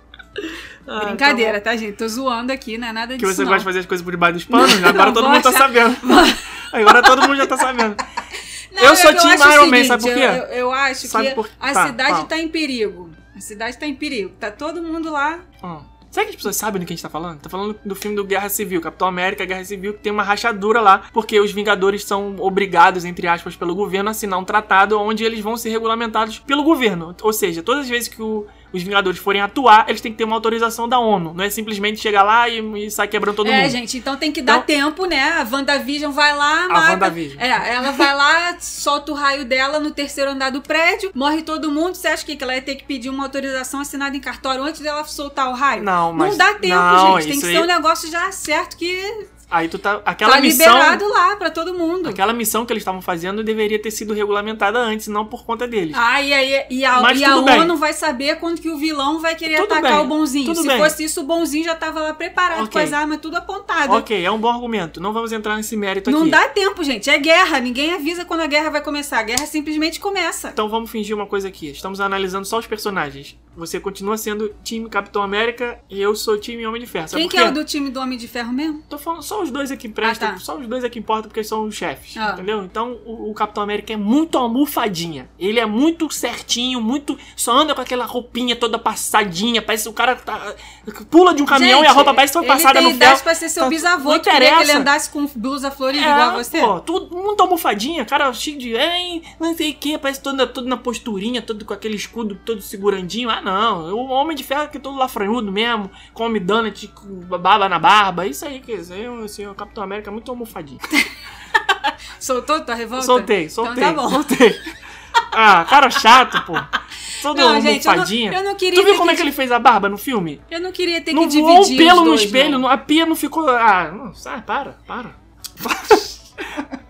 Ah, Brincadeira, tá, gente? Tô zoando aqui, não é nada Que disso você não. gosta de fazer as coisas por debaixo dos panos? Agora Não, todo vou mundo tá achar- sabendo. Agora todo mundo já tá sabendo. Não, Eu é sou que Team acho o Iron Man, seguinte, sabe por quê? Eu, eu, eu acho Sabe que por- a tá, cidade fala. tá em perigo. A cidade tá em perigo. Tá todo mundo lá. Hum. Será que as pessoas sabem do que a gente tá falando? Tá falando do filme do Guerra Civil, Capitão América, Guerra Civil, que tem uma rachadura lá, porque os Vingadores são obrigados, entre aspas, pelo governo a assinar um tratado onde eles vão ser regulamentados pelo governo. Ou seja, todas as vezes que o- os Vingadores forem atuar, eles têm que ter uma autorização da ONU. Não é simplesmente chegar lá e, e sair quebrando todo é, mundo. gente, então tem que dar Então- tempo, né? A WandaVision vai lá, mata. WandaVision. É, ela vai lá, solta o raio dela no terceiro andar do prédio, morre todo mundo. Você acha que que ela ia ter que pedir uma autorização assinada em cartório antes dela soltar o raio? Não, mas- Não dá tempo, não, gente. Tem que isso ser aí- um negócio já certo que Aí tu tá... Aquela tá missão... liberado lá pra todo mundo. Aquela missão que eles estavam fazendo deveria ter sido regulamentada antes, não por conta deles. Ah, e, aí, e a, Mas e a tudo bem. ONU vai saber quando que o vilão vai querer Tudo atacar bem, o bonzinho. tudo Se bem. fosse isso, o bonzinho já tava lá preparado Ok. com as armas tudo apontado. Ok, é um bom argumento. Não vamos entrar nesse mérito Não aqui. dá tempo, gente. É guerra. Ninguém avisa quando a guerra vai começar. A guerra simplesmente começa. Então vamos fingir uma coisa aqui. Estamos analisando só os personagens. Você continua sendo time Capitão América e eu sou time Homem de Ferro. Sabe Quem por que quê? é o do time do Homem de Ferro mesmo? Tô falando só os dois aqui prestam, Ah, tá. só os dois aqui importam porque são os chefes, Ah. entendeu? Então o, o Capitão América é muito almofadinha. Ele é muito certinho, muito. Só anda com aquela roupinha toda passadinha. Parece que o cara tá, pula de um caminhão Gente, e a roupa parece que foi passada ele no tem idade ferro. pra ser seu Tá- bisavô. não Tu queria que ele interessa. andasse com blusa florida É, igual a você? pô, tudo muito almofadinha, cara cheio de. Ei, não sei o que, parece todo, todo na posturinha, todo com aquele escudo todo segurandinho. Ah, não. O Homem de Ferro que é todo lafranhudo mesmo, come donut com baba na barba. Isso aí, que isso aí, assim, o Capitão América é muito almofadinho. Soltou tua revolta? Soltei, soltei, Então tá bom. soltei. Ah, cara chato, pô. Todo Não, gente, eu não- almofadinha. eu não queria Tu viu ter como que é que ele fez a barba no filme? Eu não queria ter Não que voou dividir um pelo os no dois, espelho, não. não- a pia não ficou... Ah, não, sai, para, para.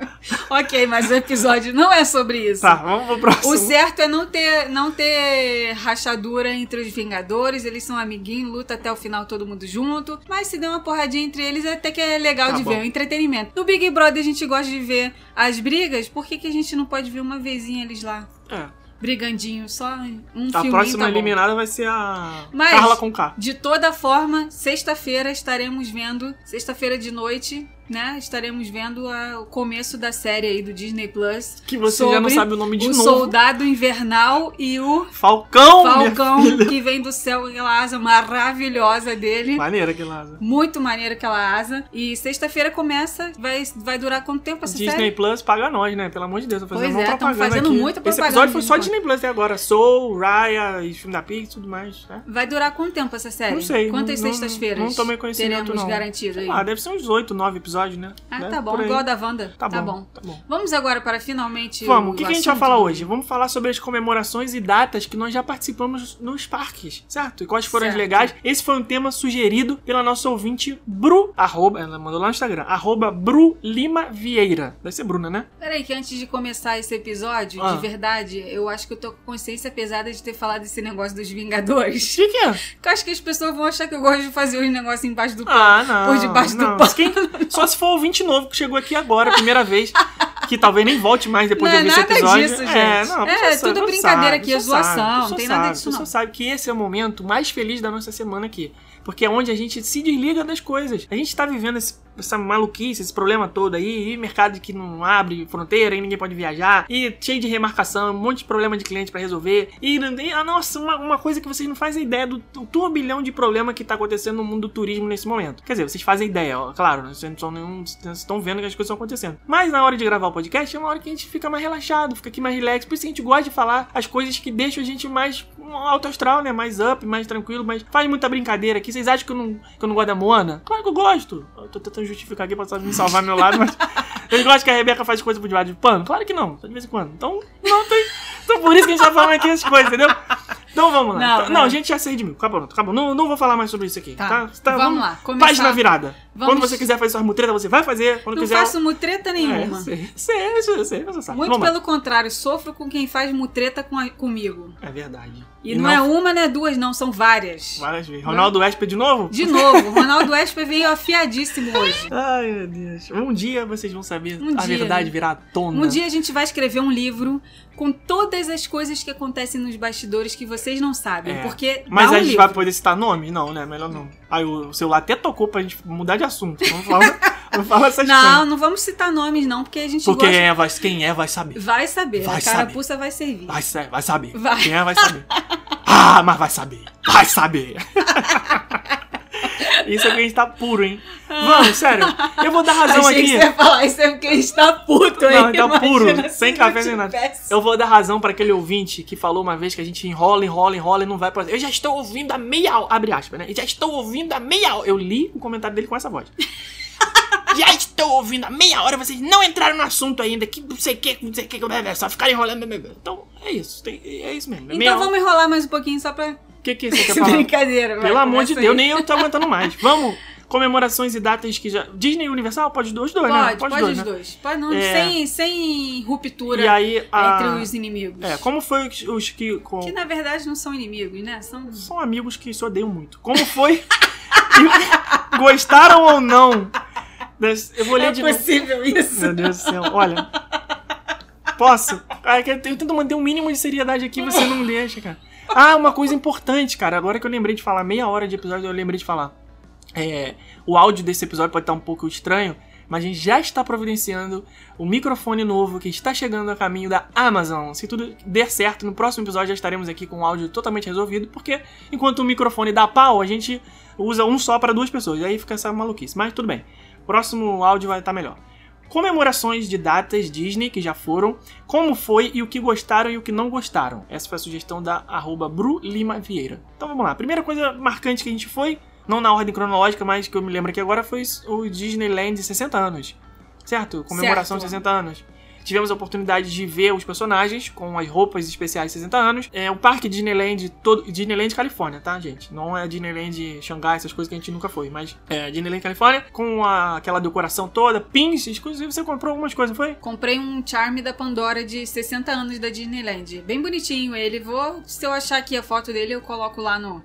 Ok, mas o episódio não é sobre isso. Tá, vamos pro próximo. O certo é não ter, não ter rachadura entre os Vingadores. Eles são amiguinhos, luta até o final todo mundo junto. Mas se der uma porradinha entre eles, até que é legal Tá de bom. ver, é um entretenimento. No Big Brother a gente gosta de ver as brigas. Por que, que a gente não pode ver uma vezinha eles lá? É. Brigandinho, só um A filminho, próxima tá bom. eliminada vai ser a Mas, Carla com K. de toda forma, sexta-feira estaremos vendo, sexta-feira de noite, né? Estaremos vendo a- o começo da série aí do Disney Plus. Que você já não sobre sabe o nome de o novo. Soldado Invernal e o Falcão, minha Falcão, filha. que vem do céu, aquela asa maravilhosa dele. Maneira aquela asa. Muito maneira aquela asa. E sexta-feira começa, vai, vai durar quanto tempo essa Disney série? Plus paga nós, né? Pelo amor de Deus, tô fazendo Pois uma é, tão propaganda fazendo aqui. muita Esse propaganda episódio foi de só enquanto. Disney Plus até agora. Soul, Raya, e filme da Pix e tudo mais, né? Vai durar quanto tempo essa série? Não sei. Quantas não, sextas-feiras Não, não tomei conhecimento, teremos não. garantido aí? Ah, deve ser uns oito, nove episódios, né? Ah, Né? tá bom. Por aí. Igual a da Wanda. Tá bom, tá bom. Vamos agora para finalmente Vamos, o que, que a gente vai assunto falar do- hoje? Vamos falar sobre as comemorações e datas que nós já participamos nos parques, certo? E quais foram as Certo. legais. Esse foi um tema sugerido pela nossa ouvinte Bru, arroba, ela mandou lá no Instagram, arroba Bru Lima Vieira. Deve ser Bruna, né? Peraí, que antes de começar esse episódio, Ah. de verdade, eu acho que eu tô com consciência pesada de ter falado esse negócio dos Vingadores. O que, que é? Porque eu acho que as pessoas vão achar que eu gosto de fazer os negócios embaixo do pano. Ah, não. Por debaixo não. do pano. Quem- Só se for ouvinte novo que chegou aqui agora, primeira vez, que talvez nem volte mais depois Não de é ouvir esse nada episódio. disso, É, gente. não, a É, pessoa tudo sabe, a pessoa brincadeira sabe, aqui, a é pessoa zoação, sabe, a não pessoa tem nada sabe, disso A pessoa não. sabe que esse é o momento mais feliz da nossa semana aqui. Porque é onde a gente se desliga das coisas. A gente tá vivendo esse- essa maluquice, esse problema todo aí, e mercado que não abre fronteira, e ninguém pode viajar, e cheio de remarcação, um monte de problema de cliente pra resolver. E, e ah, nossa, uma, uma coisa que vocês não fazem ideia do, do turbilhão de problema que tá acontecendo no mundo do turismo nesse momento. Quer dizer, vocês fazem ideia, ó, claro, né? Vocês não são nenhum, vocês estão vendo que as coisas estão acontecendo. Mas na hora de gravar o podcast, é uma hora que a gente fica mais relaxado, fica aqui mais relax. Por isso que a gente gosta de falar as coisas que deixam a gente mais alto astral, né? Mais up, mais tranquilo, mas faz muita brincadeira aqui. Vocês acham que eu não, que eu não gosto da Moana? Claro que eu gosto. Eu tô tentando justificar aqui pra me salvar meu lado, mas vocês gostam que a Rebeca faz coisa por debaixo de pano? Claro que não, só de vez em quando. Então, não tem. Então por isso que a gente tá falando aqui as coisas, entendeu? Então vamos lá. Não, Então, não. não, a gente já se redimiu. Acabou, acabou. Não, não vou falar mais sobre isso aqui. Tá. Tá? Vamos lá, começar. Página virada. Vamos- Quando você quiser fazer suas mutretas, você vai fazer. Quando Não quiser. faço mutreta nenhuma. É, sei, sei, sei, sei, você sabe. Muito Vamos lá. pelo contrário, sofro com quem faz mutreta com a- comigo. É verdade. E, não, é uma, não é duas, não, são várias. Várias vezes. Ronaldo Esper de novo? De novo, o Ronaldo Esper veio afiadíssimo hoje. Ai, meu Deus. Um dia vocês vão saber Um a dia. verdade virar à tona. Um dia a gente vai escrever um livro com todas as coisas que acontecem nos bastidores que vocês não sabem. É. Porque Mas dá um a gente livro. vai poder citar nome? Não, né? Melhor não. Aí o celular até tocou pra gente mudar de assunto. Não fala, não fala essas Não, coisas. não vamos citar nomes, não, porque a gente Porque gosta... é, vai, quem é vai saber. Vai saber, Vai a saber. carapuça vai servir. Vai, sa- vai saber. Vai. Quem é vai saber. Ah, mas vai saber. Vai saber. Isso é que a gente tá puro, hein? Vamos, sério. Eu vou dar razão Achei aqui. que você ia falar, isso é porque a gente tá puto, hein? Não, tá Imagina puro, se sem não café, sem nada. tivesse. Eu vou dar razão pra aquele ouvinte que falou uma vez que a gente enrola, enrola, enrola e não vai pra... Eu já estou ouvindo há meia hora, abre aspas, né? Eu já estou ouvindo há meia hora. Eu li o comentário dele com essa voz. Já estou ouvindo há meia hora, vocês não entraram no assunto ainda, que não sei o que, não sei o que, só ficaram enrolando. Então, é isso, tem- é isso mesmo. É meia Então hora. vamos enrolar mais um pouquinho só pra... O que que você quer falar? Brincadeira, vai. Pelo amor de começa Deus, aí. nem eu tô aguentando mais. Vamos, comemorações e datas que já... Disney e Universal? Pode os dois, dois, né? Pode, pode, os né? dois. Pode não, É. sem, sem ruptura E aí, a... entre os inimigos. É, como foi os, os que... Com... Que na verdade não são inimigos, né? São... São amigos que se odeiam muito. Como foi que gostaram ou não? das- Eu vou ler É de novo. possível isso? Meu Deus do céu, olha. Posso? Ah, que eu tento manter um mínimo de seriedade aqui, você não deixa, cara. Ah, uma coisa importante, cara. Agora que eu lembrei de falar, meia hora de episódio, eu lembrei de falar. É, o áudio desse episódio pode estar um pouco estranho, mas a gente já está providenciando um microfone novo que está chegando a caminho da Amazon. Se tudo der certo, no próximo episódio já estaremos aqui com o áudio totalmente resolvido, porque enquanto o microfone dá pau, a gente usa um só para duas pessoas. E aí fica essa maluquice. Mas tudo bem. Próximo áudio vai estar melhor. Comemorações de datas Disney que já foram, como foi e o que gostaram e o que não gostaram. Essa foi a sugestão da arroba Bru Lima Vieira. Então vamos lá. A primeira coisa marcante que a gente foi, não na ordem cronológica, mas que eu me lembro aqui agora, foi o Disneyland de sessenta anos. Certo? Comemoração Certo. de sessenta anos. tivemos a oportunidade de ver os personagens com as roupas especiais de sessenta anos. É o parque Disneyland, todo, Disneyland Califórnia, tá, gente? Não é Disneyland Xangai, essas coisas que a gente nunca foi, mas é Disneyland Califórnia, com a, aquela decoração toda, pins, inclusive você comprou algumas coisas, foi? Comprei um charme da Pandora de sessenta anos da Disneyland. Bem bonitinho ele. Vou, se eu achar aqui a foto dele, eu coloco lá no...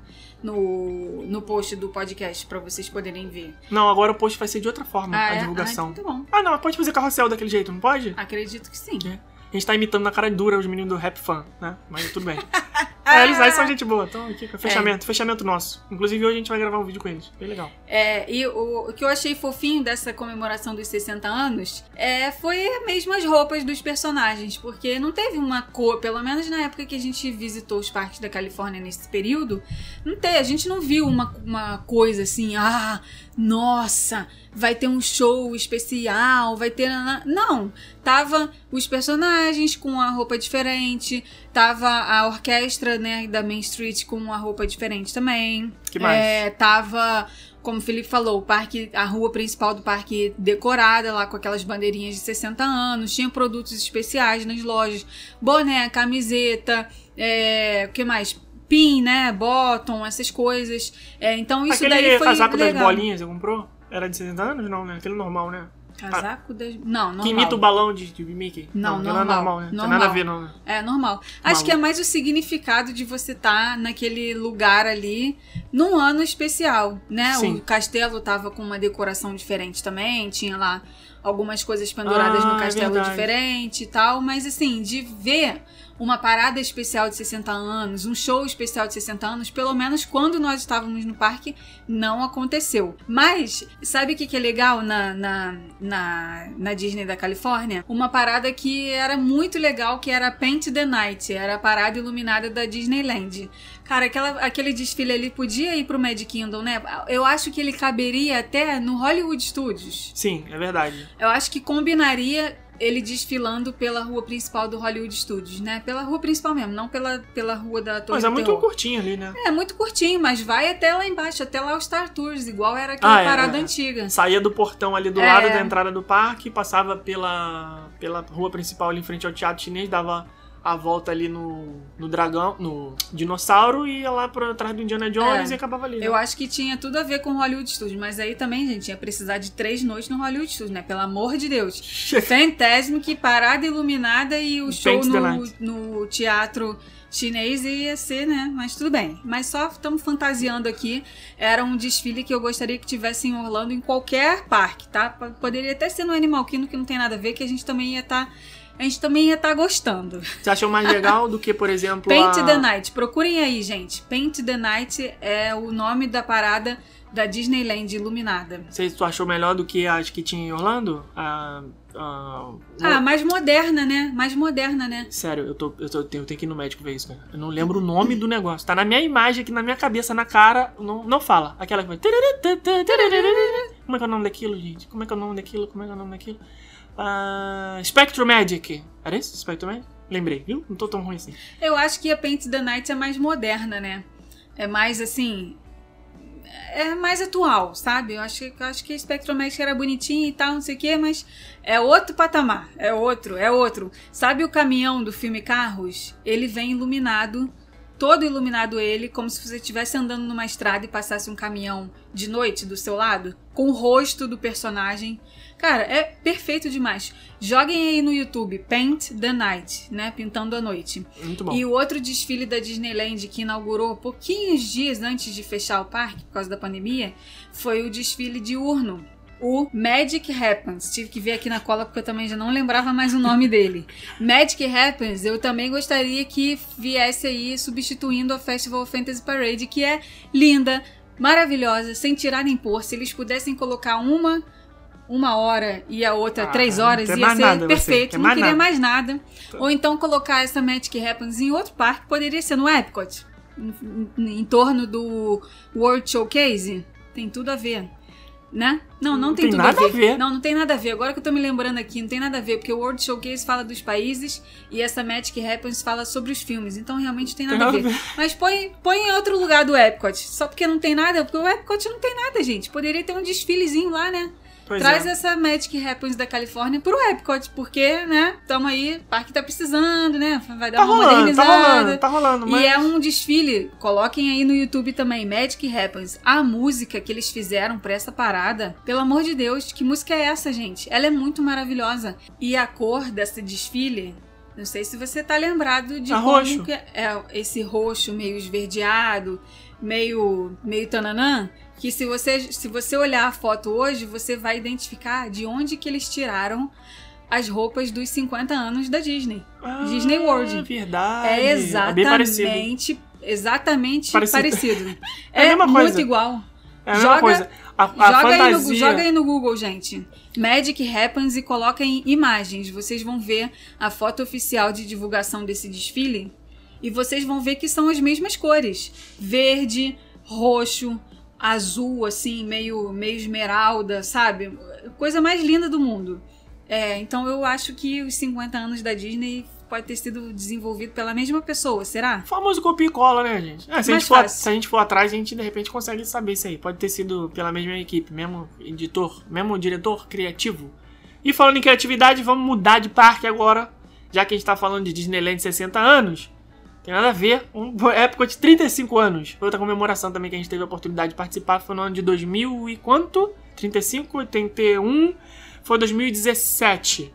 No, no post do podcast pra vocês poderem ver. Não, agora o post vai ser de outra forma, ah, a é? divulgação. Ah, então tá bom. Ah, não, pode fazer carrossel daquele jeito, não pode? Acredito que sim. É. A gente tá imitando na cara dura os meninos do Rap Fan, né? Mas tudo bem. É, eles aí são gente boa. Então, aqui, fechamento, é. fechamento nosso. Inclusive, hoje a gente vai gravar um vídeo com eles. Bem legal. É, e o, o que eu achei fofinho dessa comemoração dos sessenta anos é, foi mesmo as roupas dos personagens, porque não teve uma cor, pelo menos na época que a gente visitou os parques da Califórnia nesse período, não teve, a gente não viu uma, uma coisa assim, ah, nossa, vai ter um show especial, vai ter... Não, tava os personagens com a roupa diferente, tava a orquestra, né, da Main Street com uma roupa diferente também. Que mais? É, tava, como o Felipe falou, o parque, a rua principal do parque decorada lá com aquelas bandeirinhas de sessenta anos, tinha produtos especiais nas lojas, boné, camiseta, é, o que mais? Pin, né, bottom, essas coisas. É, então isso Aquele daí foi casaco legal. das bolinhas, você comprou? Era de sessenta anos? Não, né? Aquele normal, né? Casaco das... Não, normal. Que imita o balão de, de Mickey. Não, não normal. Não é normal, né? Não tem nada a ver, não. Né? É, normal. Acho que é mais o significado de você estar tá naquele lugar ali num ano especial, né? Sim. O castelo tava com uma decoração diferente também, tinha lá algumas coisas penduradas ah, no castelo é diferente e tal, mas assim, de ver uma parada especial de sessenta anos, um show especial de sessenta anos, pelo menos quando nós estávamos no parque, não aconteceu. Mas, sabe o que, que é legal na, na, na, na Disney da Califórnia? Uma parada que era muito legal, que era a Paint the Night, era a parada iluminada da Disneyland. Cara, aquela, aquele desfile ali podia ir pro Magic Kingdom, né? Eu acho que ele caberia até no Hollywood Studios. Sim, é verdade. Eu acho que combinaria ele desfilando pela rua principal do Hollywood Studios, né? Pela rua principal mesmo, não pela, pela rua da Torre Mas é do muito Terror. curtinho ali, né? É, muito curtinho, mas vai até lá embaixo, até lá o Star Tours, igual era aquela ah, é, parada é. antiga. Saía do portão ali do É. lado da entrada do parque, passava pela, pela rua principal ali em frente ao Teatro Chinês, dava a volta ali no, no dragão, no dinossauro, e ia lá pra trás do Indiana Jones É. e acabava ali. Né? Eu acho que tinha tudo a ver com o Hollywood Studios, mas aí também, gente, ia precisar de três noites no Hollywood Studios, né? Pelo amor de Deus. Fantasmic, parada iluminada e o show no, no teatro chinês ia ser, né? Mas tudo bem. Mas só estamos fantasiando aqui. Era um desfile que eu gostaria que tivesse em Orlando, em qualquer parque, tá? Poderia até ser no Animal Kingdom, que não tem nada a ver, que a gente também ia estar... Tá... A gente também ia estar tá gostando. Você achou mais legal do que, por exemplo, Paint a... the Night. Procurem aí, gente. Paint the Night é o nome da parada da Disneyland iluminada. Você tu achou melhor do que as que tinha em Orlando? A... a... Ah, mais moderna, né? Mais moderna, né? Sério, eu, tô, eu, tô, eu tenho que ir no médico ver isso, cara. Eu não lembro o nome do negócio. Tá na minha imagem aqui, na minha cabeça, na cara. Não, não fala. Aquela que vai... Como é que é o nome daquilo, gente? Como é que é o nome daquilo? Como é que é o nome daquilo? Uh, Spectrum Magic. Era isso? Spectrum Magic? Lembrei, viu? Não tô tão ruim assim. Eu acho que a Paint the Night é mais moderna, né? É mais assim... É mais atual, sabe? Eu acho, eu acho que a Spectrum Magic era bonitinha e tal, não sei o quê, mas é outro patamar. É outro, é outro. Sabe o caminhão do filme Carros? Ele vem iluminado, todo iluminado ele, como se você estivesse andando numa estrada e passasse um caminhão de noite do seu lado, com o rosto do personagem. Cara, é perfeito demais. Joguem aí no YouTube, Paint the Night, né? Pintando a noite. Muito bom. E o outro desfile da Disneyland que inaugurou pouquinhos dias antes de fechar o parque, por causa da pandemia, foi o desfile diurno. O Magic Happens. Tive que ver aqui na cola porque eu também já não lembrava mais o nome dele. Magic Happens, eu também gostaria que viesse aí substituindo a Festival Fantasy Parade, que é linda, maravilhosa, sem tirar nem pôr. Se eles pudessem colocar uma... uma hora e a outra ah, três horas, ia ser nada, perfeito, não queria nada. mais nada. Ou então colocar essa Magic Happens em outro parque, poderia ser no Epcot, em, em, em torno do World Showcase. Tem tudo a ver, né? Não, não, não tem, tem tudo nada a ver. a ver. Não, não tem nada a ver. Agora que eu tô me lembrando aqui, não tem nada a ver, porque o World Showcase fala dos países e essa Magic Happens fala sobre os filmes, então realmente tem nada tem a ver. ver. Mas põe, põe em outro lugar do Epcot, só porque não tem nada, porque o Epcot não tem nada, gente. Poderia ter um desfilezinho lá, né? Pois Traz é. essa Magic Happens da Califórnia pro Epcot, porque, né, tamo aí, o parque tá precisando, né, vai dar Tá uma rolando, tá modernizada. rolando, tá rolando. Mas... E é um desfile, coloquem aí no YouTube também, Magic Happens. A música que eles fizeram pra essa parada, pelo amor de Deus, que música é essa, gente? Ela é muito maravilhosa. E a cor desse desfile, não sei se você tá lembrado de A como roxo. que é esse roxo meio esverdeado, meio, meio tananã, que se você, se você olhar a foto hoje, você vai identificar de onde que eles tiraram as roupas dos cinquenta anos da Disney. Ah, Disney World. Verdade. É É bem parecido. exatamente, exatamente Parecido. parecido. É a É, mesma muito coisa. igual. É a mesma Joga- coisa. A, a Joga aí, no, fantasia... joga aí no Google, gente. Magic Happens e coloca em imagens. Vocês vão ver a foto oficial de divulgação desse desfile e vocês vão ver que são as mesmas cores. Verde, roxo, azul, assim, meio, meio esmeralda, sabe? Coisa mais linda do mundo. É, então eu acho que os cinquenta anos da Disney pode ter sido desenvolvido pela mesma pessoa, será? O famoso copia e cola, né, gente? É, se, a Mais gente for, fácil. se a gente for atrás, a gente de repente consegue saber isso aí. Pode ter sido pela mesma equipe, mesmo editor, mesmo diretor criativo. E falando em criatividade, vamos mudar de parque agora. Já que a gente tá falando de Disneyland sessenta anos, tem nada a ver. Um Epcot de trinta e cinco anos. Foi outra comemoração também que a gente teve a oportunidade de participar. Foi no ano de dois mil e quanto? trinta e cinco, oitenta e um. Foi dois mil e dezessete.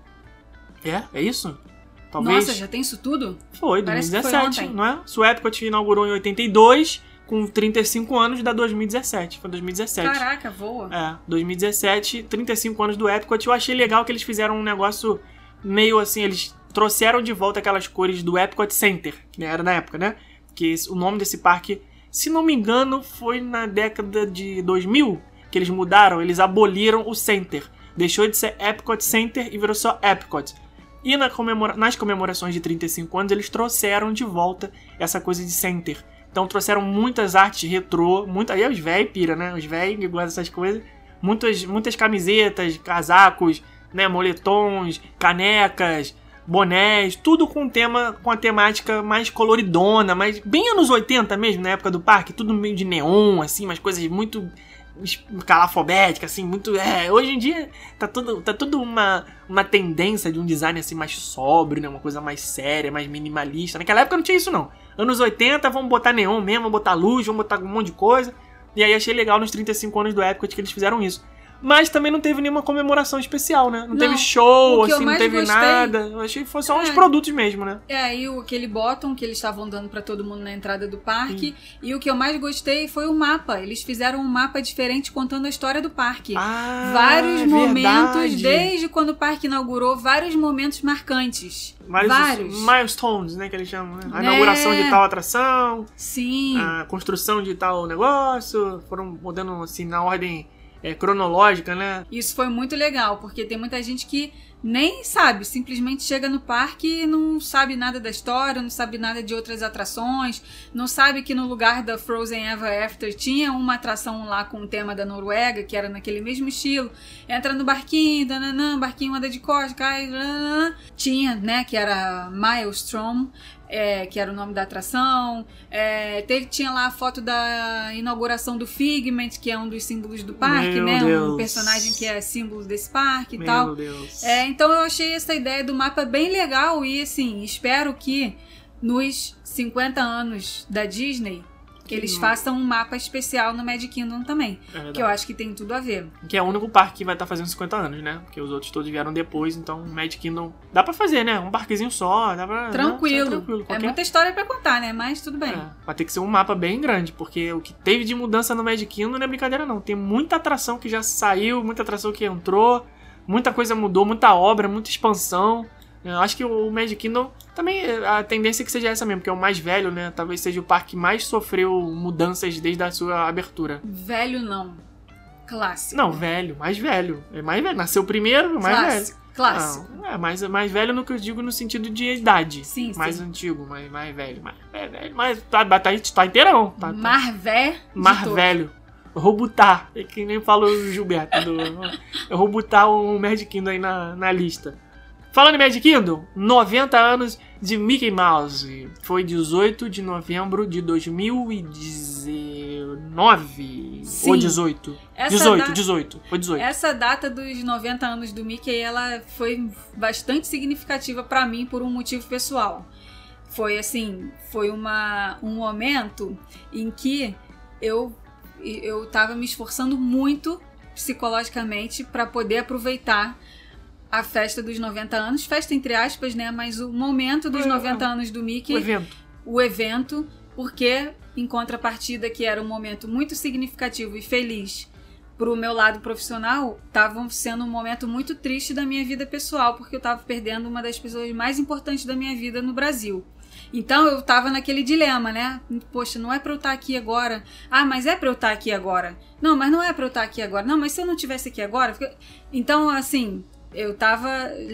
É? É isso? Talvez. Nossa, já tem isso tudo? Foi, Parece que foi dois mil e dezessete, ontem. não é? Se o Epcot inaugurou em oitenta e dois, com trinta e cinco anos, dá dois mil e dezessete. Foi dois mil e dezessete. Caraca, voa. É, dois mil e dezessete, trinta e cinco anos do Epcot. Eu achei legal que eles fizeram um negócio meio assim, eles trouxeram de volta aquelas cores do Epcot Center, que era na época, né? Que esse- o nome desse parque, se não me engano, foi na década de dois mil que eles mudaram, eles aboliram o Center. Deixou de ser Epcot Center e virou só Epcot. E na comemora- nas comemorações de trinta e cinco anos, eles trouxeram de volta essa coisa de Center. Então trouxeram muitas artes retrô, muita... aí os véi pira, né? Os véi que gostam dessas coisas. Muitas, muitas camisetas, casacos, né? Moletons, canecas, bonés, tudo com tema, com a temática mais coloridona, mais bem anos oitenta mesmo, na época do parque, tudo meio de neon, assim, umas coisas muito calafobéticas, assim, muito... É, hoje em dia tá tudo, tá tudo uma, uma tendência de um design assim mais sóbrio, né? Uma coisa mais séria, mais minimalista. Naquela época não tinha isso, não. Anos oitenta, vamos botar neon mesmo, vamos botar luz, vamos botar um monte de coisa. E aí achei legal nos trinta e cinco anos do Epcot que eles fizeram isso. Mas também não teve nenhuma comemoração especial, né? Não, Não, teve show, o que eu assim, não mais teve gostei- nada. Eu achei que fosse só uns É. produtos mesmo, né? É, aí o, aquele bottom que eles estavam dando pra todo mundo na entrada do parque. E o que eu mais gostei foi o mapa. Eles fizeram um mapa diferente contando a história do parque. Ah, vários é momentos, verdade. desde quando o parque inaugurou, vários momentos marcantes. Vários, vários. milestones, né, que eles chamam, né? A Né? inauguração de tal atração, Sim. a construção de tal negócio, foram mudando assim na ordem é, cronológica, né? Isso foi muito legal, porque tem muita gente que nem sabe, simplesmente chega no parque e não sabe nada da história, não sabe nada de outras atrações, não sabe que no lugar da Frozen Ever After tinha uma atração lá com o tema da Noruega, que era naquele mesmo estilo. Entra no barquinho, dananã, barquinho anda de costas, cai, dananã. Tinha, né, que era Maelstrom, é, que era o nome da atração. É, teve, tinha lá a foto da inauguração do Figment, que é um dos símbolos do parque, Meu né? Deus. Um personagem que é símbolo desse parque e Meu tal. Deus. É, então eu achei essa ideia do mapa bem legal e assim, espero que nos cinquenta anos da Disney que eles Hum. façam um mapa especial no Magic Kingdom também, É verdade. que eu acho que tem tudo a ver. Que é o único parque que vai estar fazendo cinquenta anos, né? Porque os outros todos vieram depois, então o Magic Kingdom dá pra fazer, né? Um parquezinho só, dá pra... Tranquilo. Né? Tranquilo. É Qualquer... muita história pra contar, né? Mas tudo bem. É, vai ter que ser um mapa bem grande, porque o que teve de mudança no Magic Kingdom não é brincadeira não. Tem muita atração que já saiu, muita atração que entrou, muita coisa mudou, muita obra, muita expansão. Eu acho que o Magic Kingdom também, a tendência é que seja essa mesmo, porque é o mais velho, né? Talvez seja o parque que mais sofreu mudanças desde a sua abertura. Velho não. Clássico. Não, velho, mais velho. É mais velho. Nasceu primeiro, mais Clássico. velho. Clássico. Não, é mais, mais velho no que eu digo no sentido de idade. Sim, mais sim. antigo, mais, mais velho. Mais velho, velho. Mas tá, tá, tá inteirão. Tá, tá. Marvé. de Mar todos. velho. Robutar. É que nem falou o Gilberto. Do, eu robutar o Magic Kingdom aí na, na lista. Falando em Magic Kingdom, noventa anos de Mickey Mouse. Foi dezoito de novembro de dois mil e dezenove. Sim. Ou dezoito? Essa dezoito, da- dezoito. Foi dezoito. Essa data dos noventa anos do Mickey, ela foi bastante significativa pra mim por um motivo pessoal. Foi assim, foi uma, um momento em que eu, eu tava me esforçando muito psicologicamente pra poder aproveitar a festa dos noventa anos, festa entre aspas, né? Mas o momento dos noventa anos do Mickey, O evento. o evento, porque em contrapartida que era um momento muito significativo e feliz pro meu lado profissional, estava sendo um momento muito triste da minha vida pessoal, porque eu estava perdendo uma das pessoas mais importantes da minha vida no Brasil. Então eu tava naquele dilema, né? Poxa, não é pra eu estar aqui agora. Ah, mas é pra eu estar aqui agora. Não, mas não é pra eu estar aqui agora. Não, mas se eu não estivesse aqui agora... Fica... Então, assim... Eu tava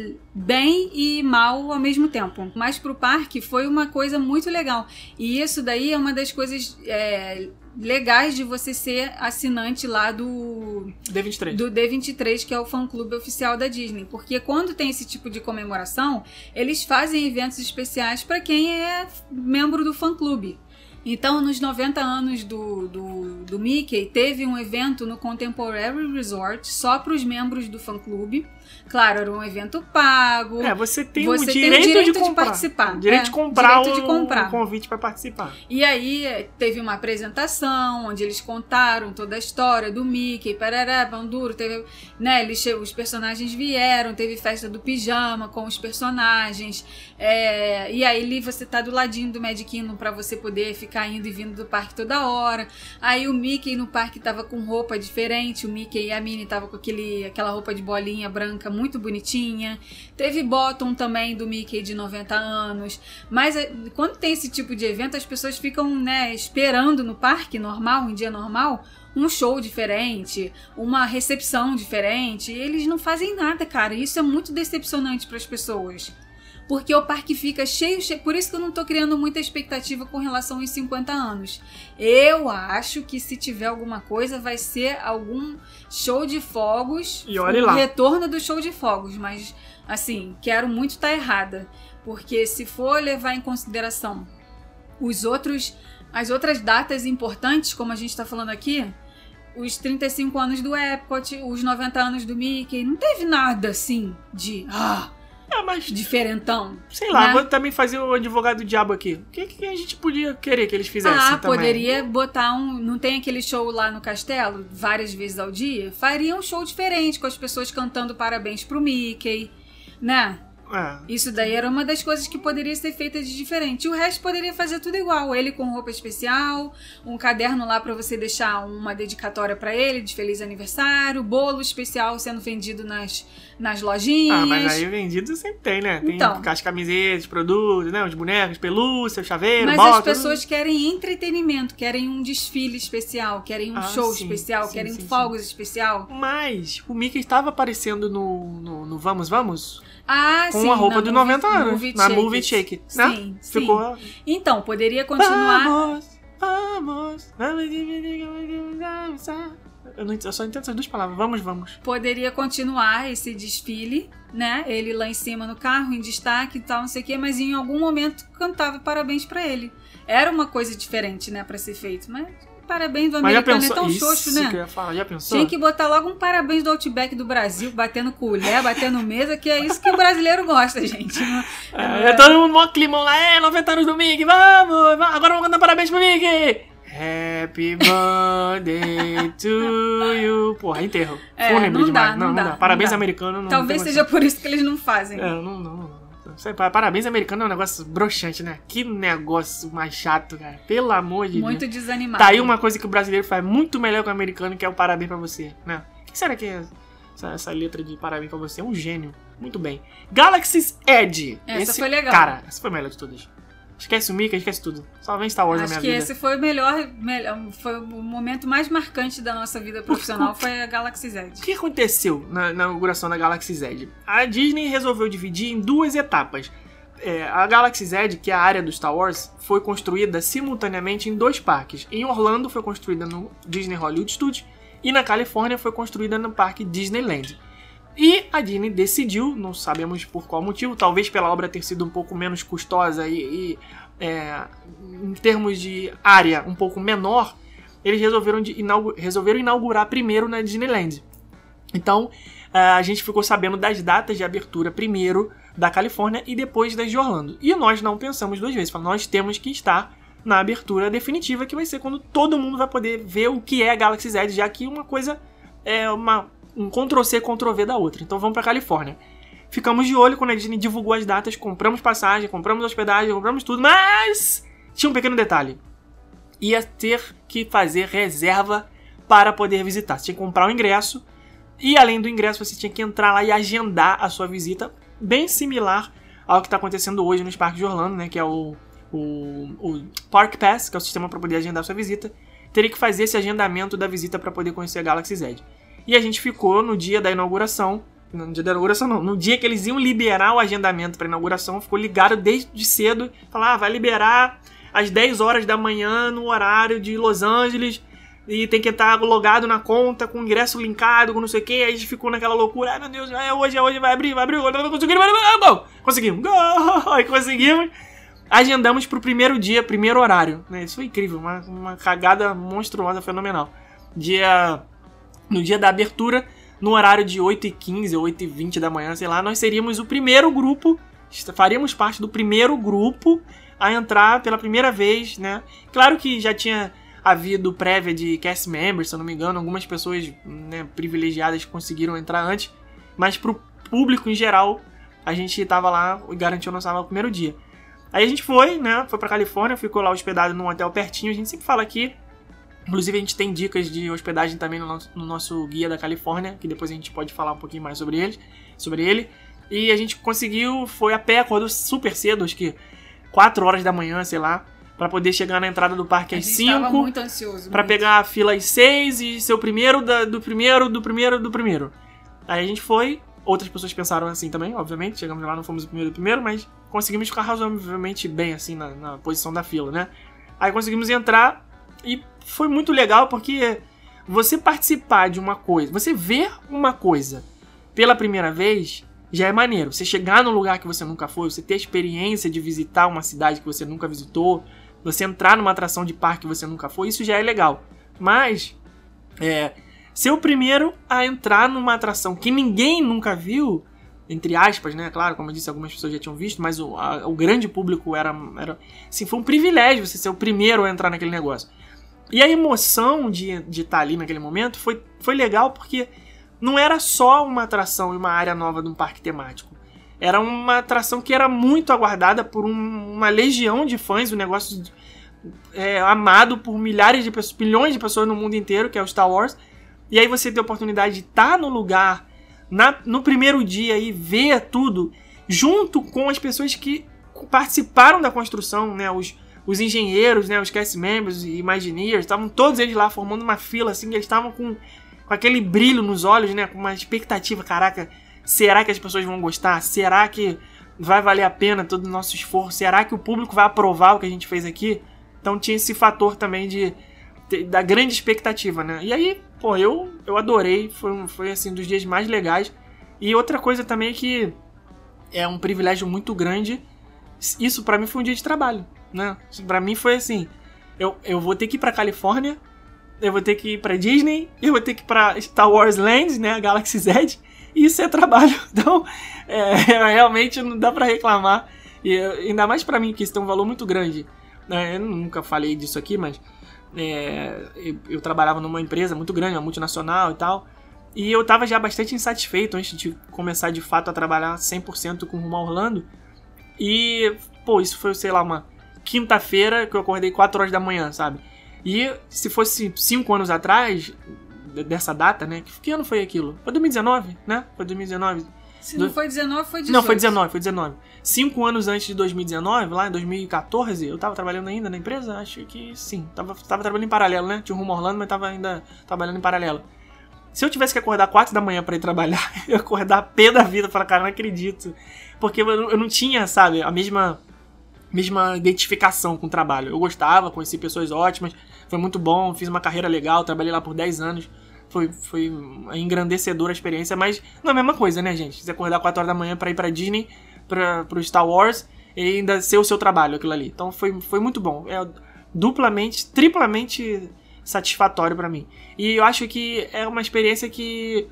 bem e mal ao mesmo tempo. Mas pro parque foi uma coisa muito legal. E isso daí é uma das coisas é, legais de você ser assinante lá do D vinte e três. do D vinte e três, que é o fã-clube oficial da Disney. Porque quando tem esse tipo de comemoração, eles fazem eventos especiais para quem é membro do fã-clube. Então, nos noventa anos do, do, do Mickey, teve um evento no Contemporary Resort só para os membros do fã-clube. Claro, era um evento pago. É, você tem você o tem direito, o direito de, de comprar. participar. Direito é, de comprar direito de comprar. o, o convite para participar. E aí teve uma apresentação onde eles contaram toda a história do Mickey, parará, Banduro, teve, né, eles, os personagens vieram, teve festa do pijama com os personagens, é, e aí ali você tá do ladinho do Magic Kingdom pra você poder ficar indo e vindo do parque toda hora. Aí o Mickey no parque tava com roupa diferente, o Mickey e a Minnie tava com aquele, aquela roupa de bolinha branca muito bonitinha. Teve bottom também do Mickey de noventa anos. Mas quando tem esse tipo de evento, as pessoas ficam, né, esperando no parque normal, em dia normal, um show diferente, uma recepção diferente. E eles não fazem nada, cara. Isso é muito decepcionante para as pessoas. Porque o parque fica cheio, cheio. Por isso que eu não tô criando muita expectativa com relação aos cinquenta anos. Eu acho que se tiver alguma coisa, vai ser algum show de fogos. E olhe o lá. retorno do show de fogos. Mas, assim, quero muito estar errada. Porque se for levar em consideração os outros, as outras datas importantes, como a gente tá falando aqui, os trinta e cinco anos do Epcot, os noventa anos do Mickey, não teve nada assim de... Ah, É, mas, diferentão. sei lá, né? vou também fazer o advogado do diabo aqui. O que, que a gente podia querer que eles fizessem Ah, também? poderia botar um... Não tem aquele show lá no castelo, várias vezes ao dia? Faria um show diferente, com as pessoas cantando parabéns pro Mickey, né? É. Isso daí era uma das coisas que poderia ser feita de diferente. O resto poderia fazer tudo igual. Ele com roupa especial, um caderno lá pra você deixar uma dedicatória pra ele de feliz aniversário, bolo especial sendo vendido nas, nas lojinhas. Ah, mas aí vendido sempre tem, né? Tem Então. as camisetas, produtos, né? Os bonecos, pelúcia, chaveiro, Mas bota. as pessoas querem entretenimento, querem um desfile especial, querem um Ah, show sim, especial, sim, querem sim, fogos especial. Mas o Mickey estava aparecendo no, no, no Vamos Vamos Ah, com sim. a roupa na dos Move- noventa anos. Move It, Na Shake Move It. It Shake It, né? Sim, sim. Ficou... Então, poderia continuar... Vamos, vamos, vamos. Eu, não, eu só entendo essas duas palavras. Vamos, vamos. Poderia continuar esse desfile, né? Ele lá em cima no carro, em destaque e tal, não sei o quê, mas em algum momento cantava parabéns pra ele. Era uma coisa diferente, né, pra ser feito, mas parabéns do Mas já americano pensou? é tão Isso xoxo, que eu né? ia falar. Já pensou? Tinha que botar logo um parabéns do Outback do Brasil, batendo colher, batendo mesa, que é isso que o brasileiro gosta, gente. É, é todo mundo mó climão lá. É, noventa anos do Mickey, vamos! vamos. Agora vamos cantar parabéns pro Mickey! Happy birthday to you. Porra, enterro. É, Fúnebre não demais. dá, não, não não dá, dá. Parabéns não dá. americano. Não Talvez tem seja por isso que eles não fazem. condição. É, não, não, não. não. Sei, parabéns americano é um negócio broxante, né? Que negócio mais chato, cara. Pelo amor de Muito Deus. desanimado. Tá aí uma coisa que o brasileiro faz muito melhor que o americano, que é o parabéns pra você, né? O que será que é essa, essa letra de parabéns pra você? É um gênio. Muito bem. Galaxy's Edge. Essa Esse, foi legal. Cara, essa foi a melhor de todas. Esquece o Mickey, esquece tudo. Só vem Star Wars Acho na que minha vida. esse foi o melhor, melhor, foi o momento mais marcante da nossa vida profissional, foi a Galaxy's O Edge. que aconteceu na, na inauguração da Galaxy's Edge? A Disney resolveu dividir em duas etapas. É, a Galaxy's Edge, que é a área do Star Wars, foi construída simultaneamente em dois parques. Em Orlando foi construída no Disney Hollywood Studios e na Califórnia foi construída no parque Disneyland. E a Disney decidiu, não sabemos por qual motivo, talvez pela obra ter sido um pouco menos custosa e, e é, em termos de área um pouco menor, eles resolveram, de inaugu- resolveram inaugurar primeiro na Disneyland. Então, a gente ficou sabendo das datas de abertura primeiro da Califórnia e depois das de Orlando. E nós não pensamos duas vezes. Falamos, nós temos que estar na abertura definitiva, que vai ser quando todo mundo vai poder ver o que é a Galaxy's Edge, já que uma coisa é uma, um Ctrl-C, Ctrl-V da outra. Então vamos pra Califórnia. Ficamos de olho quando a Disney divulgou as datas, compramos passagem, compramos hospedagem, compramos tudo, mas tinha um pequeno detalhe. Ia ter que fazer reserva para poder visitar. Você tinha que comprar o ingresso e, além do ingresso, você tinha que entrar lá e agendar a sua visita, bem similar ao que está acontecendo hoje nos parques de Orlando, né, que é o, o, o Park Pass, que é o sistema para poder agendar a sua visita. Teria que fazer esse agendamento da visita para poder conhecer a Galaxy's Edge. E a gente ficou no dia da inauguração, no dia da inauguração não, no dia que eles iam liberar o agendamento para inauguração, ficou ligado desde cedo, falar, ah, vai liberar às dez horas da manhã no horário de Los Angeles, e tem que estar logado na conta, com o ingresso linkado, com não sei o que. Aí a gente ficou naquela loucura, ai meu Deus, é hoje, é hoje, vai abrir, vai abrir, conseguimos, conseguimos, aí conseguimos, agendamos pro primeiro dia, primeiro horário, né? Isso foi incrível, uma, uma cagada monstruosa, fenomenal. Dia, no dia da abertura, no horário de oito e quinze, oito e vinte da manhã, sei lá, nós seríamos o primeiro grupo, faríamos parte do primeiro grupo a entrar pela primeira vez, né? Claro que já tinha havido prévia de cast members, se eu não me engano, algumas pessoas, né, privilegiadas conseguiram entrar antes, mas pro público em geral, a gente tava lá e garantiu nossa vaga no primeiro dia. Aí a gente foi, né, foi pra Califórnia, ficou lá hospedado num hotel pertinho, a gente sempre fala aqui, inclusive a gente tem dicas de hospedagem também no nosso, no nosso guia da Califórnia, que depois a gente pode falar um pouquinho mais sobre ele, sobre ele, e a gente conseguiu, foi a pé, acordou super cedo, acho que quatro horas da manhã, sei lá, pra poder chegar na entrada do parque às cinco. A gente tava muito ansioso. Pra muito. pegar a fila às seis e ser o primeiro da, do primeiro, do primeiro, do primeiro. Aí a gente foi, outras pessoas pensaram assim também, obviamente, chegamos lá, não fomos o primeiro do primeiro, mas conseguimos ficar razoavelmente bem assim na, na posição da fila, né? Aí conseguimos entrar e foi muito legal porque você participar de uma coisa, você ver uma coisa pela primeira vez já é maneiro. Você chegar num lugar que você nunca foi, você ter a experiência de visitar uma cidade que você nunca visitou, você entrar numa atração de parque que você nunca foi, isso já é legal. Mas, é, ser o primeiro a entrar numa atração que ninguém nunca viu, entre aspas, né? Claro, como eu disse, algumas pessoas já tinham visto, mas o, a, o grande público era, era... Assim, foi um privilégio você ser o primeiro a entrar naquele negócio. E a emoção de estar de tá ali naquele momento foi, foi legal porque não era só uma atração e uma área nova de um parque temático. Era uma atração que era muito aguardada por um, uma legião de fãs, um negócio é, amado por milhares de pessoas, bilhões de pessoas no mundo inteiro, que é o Star Wars. E aí você tem a oportunidade de estar no lugar, na, no primeiro dia e ver tudo, junto com as pessoas que participaram da construção, né? Os, os engenheiros, né? Os cast members e Imagineers, estavam todos eles lá formando uma fila, assim, eles estavam com, com aquele brilho nos olhos, né? Com uma expectativa, caraca... Será que as pessoas vão gostar? Será que vai valer a pena todo o nosso esforço? Será que o público vai aprovar o que a gente fez aqui? Então tinha esse fator também de, de da grande expectativa, né? E aí, pô, eu, eu adorei. Foi, foi assim, dos dias mais legais. E outra coisa também é que é um privilégio muito grande. Isso pra mim foi um dia de trabalho, né? Pra mim foi assim, eu, eu vou ter que ir pra Califórnia, eu vou ter que ir pra Disney, eu vou ter que ir pra Star Wars Land, né? A Galaxy's Edge. Isso é trabalho, então é, realmente não dá pra reclamar, e ainda mais pra mim que isso tem um valor muito grande, né? Eu nunca falei disso aqui, mas é, eu, eu trabalhava numa empresa muito grande, uma multinacional e tal, e eu tava já bastante insatisfeito antes de começar de fato a trabalhar cem por cento com Rumo a Orlando, e pô, isso foi, sei lá, uma quinta-feira que eu acordei quatro horas da manhã, sabe? E se fosse cinco anos atrás... dessa data, né? Que ano foi aquilo? Foi dois mil e dezenove, né? Foi dois mil e dezenove. Se não foi dezenove, foi dezoito. Não, foi dezenove, foi dezenove. Cinco anos antes de dois mil e dezenove, lá em dois mil e quatorze, eu tava trabalhando ainda na empresa? Acho que sim. Tava, tava trabalhando em paralelo, né? Tinha um Rumo a Orlando, mas tava ainda trabalhando em paralelo. Se eu tivesse que acordar quatro da manhã pra ir trabalhar, eu ia acordar pé da vida, falar, cara, não acredito. Porque eu não tinha, sabe, a mesma, mesma identificação com o trabalho. Eu gostava, conheci pessoas ótimas, foi muito bom, fiz uma carreira legal, trabalhei lá por dez anos. Foi, foi engrandecedora a experiência, mas não é a mesma coisa, né, gente? Você acordar quatro horas da manhã pra ir pra Disney, pra, pro Star Wars, e ainda ser o seu trabalho, aquilo ali. Então foi, foi muito bom. É duplamente, triplamente satisfatório pra mim. E eu acho que é uma experiência que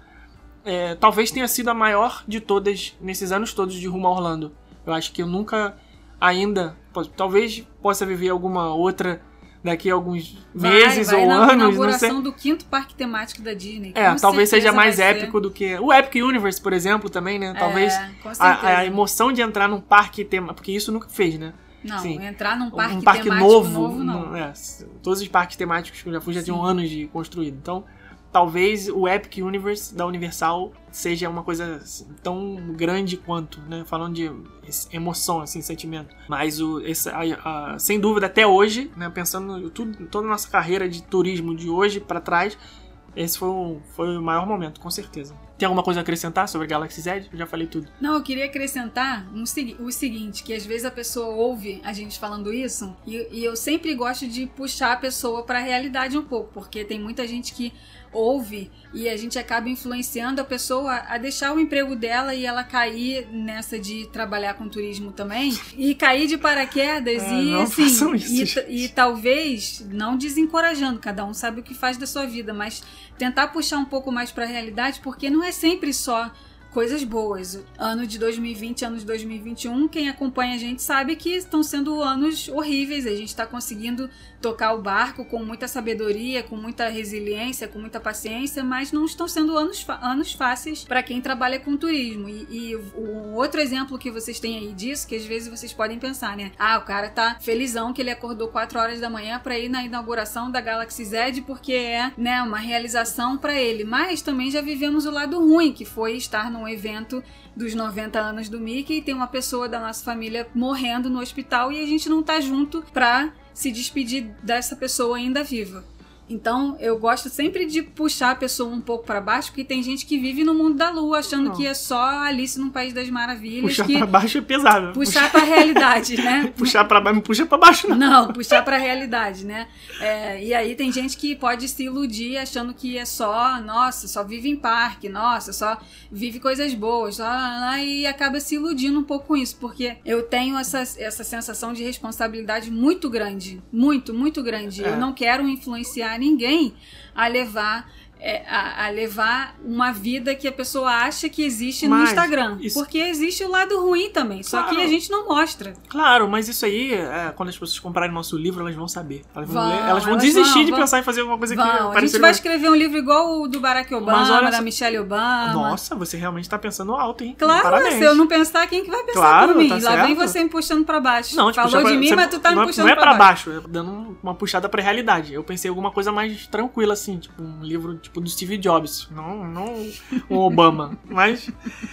é, talvez tenha sido a maior de todas nesses anos todos de rumo a Orlando. Eu acho que eu nunca ainda, talvez possa viver alguma outra daqui a alguns vai, meses vai ou na anos, inauguração não sei. do quinto parque temático da Disney. É, com talvez seja mais épico ser. do que o Epic Universe, por exemplo, também, né? Talvez é, com a, a emoção de entrar num parque temático, porque isso nunca fez, né? Não, Sim. entrar num parque, um parque temático novo, novo não. não é, todos os parques temáticos que eu já fui já Sim. tinham anos de construído. Então, talvez o Epic Universe da Universal seja uma coisa assim, tão grande quanto, né? Falando de emoção, assim, sentimento. Mas, o, esse, a, a, sem dúvida, até hoje, né? Pensando tudo, toda a nossa carreira de turismo de hoje pra trás, esse foi o, foi o maior momento, com certeza. Tem alguma coisa a acrescentar sobre Galaxy's Edge? Eu já falei tudo. Não, eu queria acrescentar um, o seguinte, que às vezes a pessoa ouve a gente falando isso e, e eu sempre gosto de puxar a pessoa pra realidade um pouco, porque tem muita gente que ouve e a gente acaba influenciando a pessoa a deixar o emprego dela e ela cair nessa de trabalhar com turismo também e cair de paraquedas é, e não assim façam isso, e, e talvez não desencorajando, cada um sabe o que faz da sua vida, mas tentar puxar um pouco mais pra realidade, porque não é sempre só coisas boas. Ano de dois mil e vinte, ano de dois mil e vinte e um, quem acompanha a gente sabe que estão sendo anos horríveis. A gente está conseguindo tocar o barco com muita sabedoria, com muita resiliência, com muita paciência, mas não estão sendo anos, anos fáceis para quem trabalha com turismo. E, e o outro exemplo que vocês têm aí disso, que às vezes vocês podem pensar, né? Ah, o cara tá felizão que ele acordou quatro horas da manhã para ir na inauguração da Galaxy's Edge porque é, né, uma realização para ele. Mas também já vivemos o lado ruim, que foi estar no um evento dos noventa anos do Mickey e tem uma pessoa da nossa família morrendo no hospital e a gente não tá junto pra se despedir dessa pessoa ainda viva. Então, eu gosto sempre de puxar a pessoa um pouco pra baixo, porque tem gente que vive no mundo da lua, achando não. que é só Alice no País das Maravilhas. Puxar que... pra baixo é pesado. Puxar pra realidade, né? Puxar pra baixo, não puxa pra baixo, não. Não, puxar pra realidade, né? É, e aí tem gente que pode se iludir achando que é só, nossa, só vive em parque, nossa, só vive coisas boas, só, e acaba se iludindo um pouco com isso, porque eu tenho essa, essa sensação de responsabilidade muito grande, muito, muito grande. É. Eu não quero influenciar ninguém a levar é, a, a levar uma vida que a pessoa acha que existe mas no Instagram, isso... porque existe o lado ruim também, claro. Só que a gente não mostra. Claro, mas isso aí, é, quando as pessoas comprarem nosso livro, elas vão saber. Elas vão, vão, ler, elas vão elas desistir vão, de vão, pensar em fazer alguma coisa vão. que a gente vai escrever um livro igual o do Barack Obama, da Michelle Obama. Nossa, você realmente tá pensando alto, hein? Claro, parabéns. Se eu não pensar, quem que vai pensar claro, por mim? Tá Lá certo. Vem você me puxando pra baixo. Não, Falou pra, de mim, você, mas tu tá não, me puxando não é pra, pra baixo. baixo, é dando uma puxada pra realidade. Eu pensei em alguma coisa mais tranquila, assim, tipo um livro tipo do Steve Jobs. Não, não o Obama. Mas,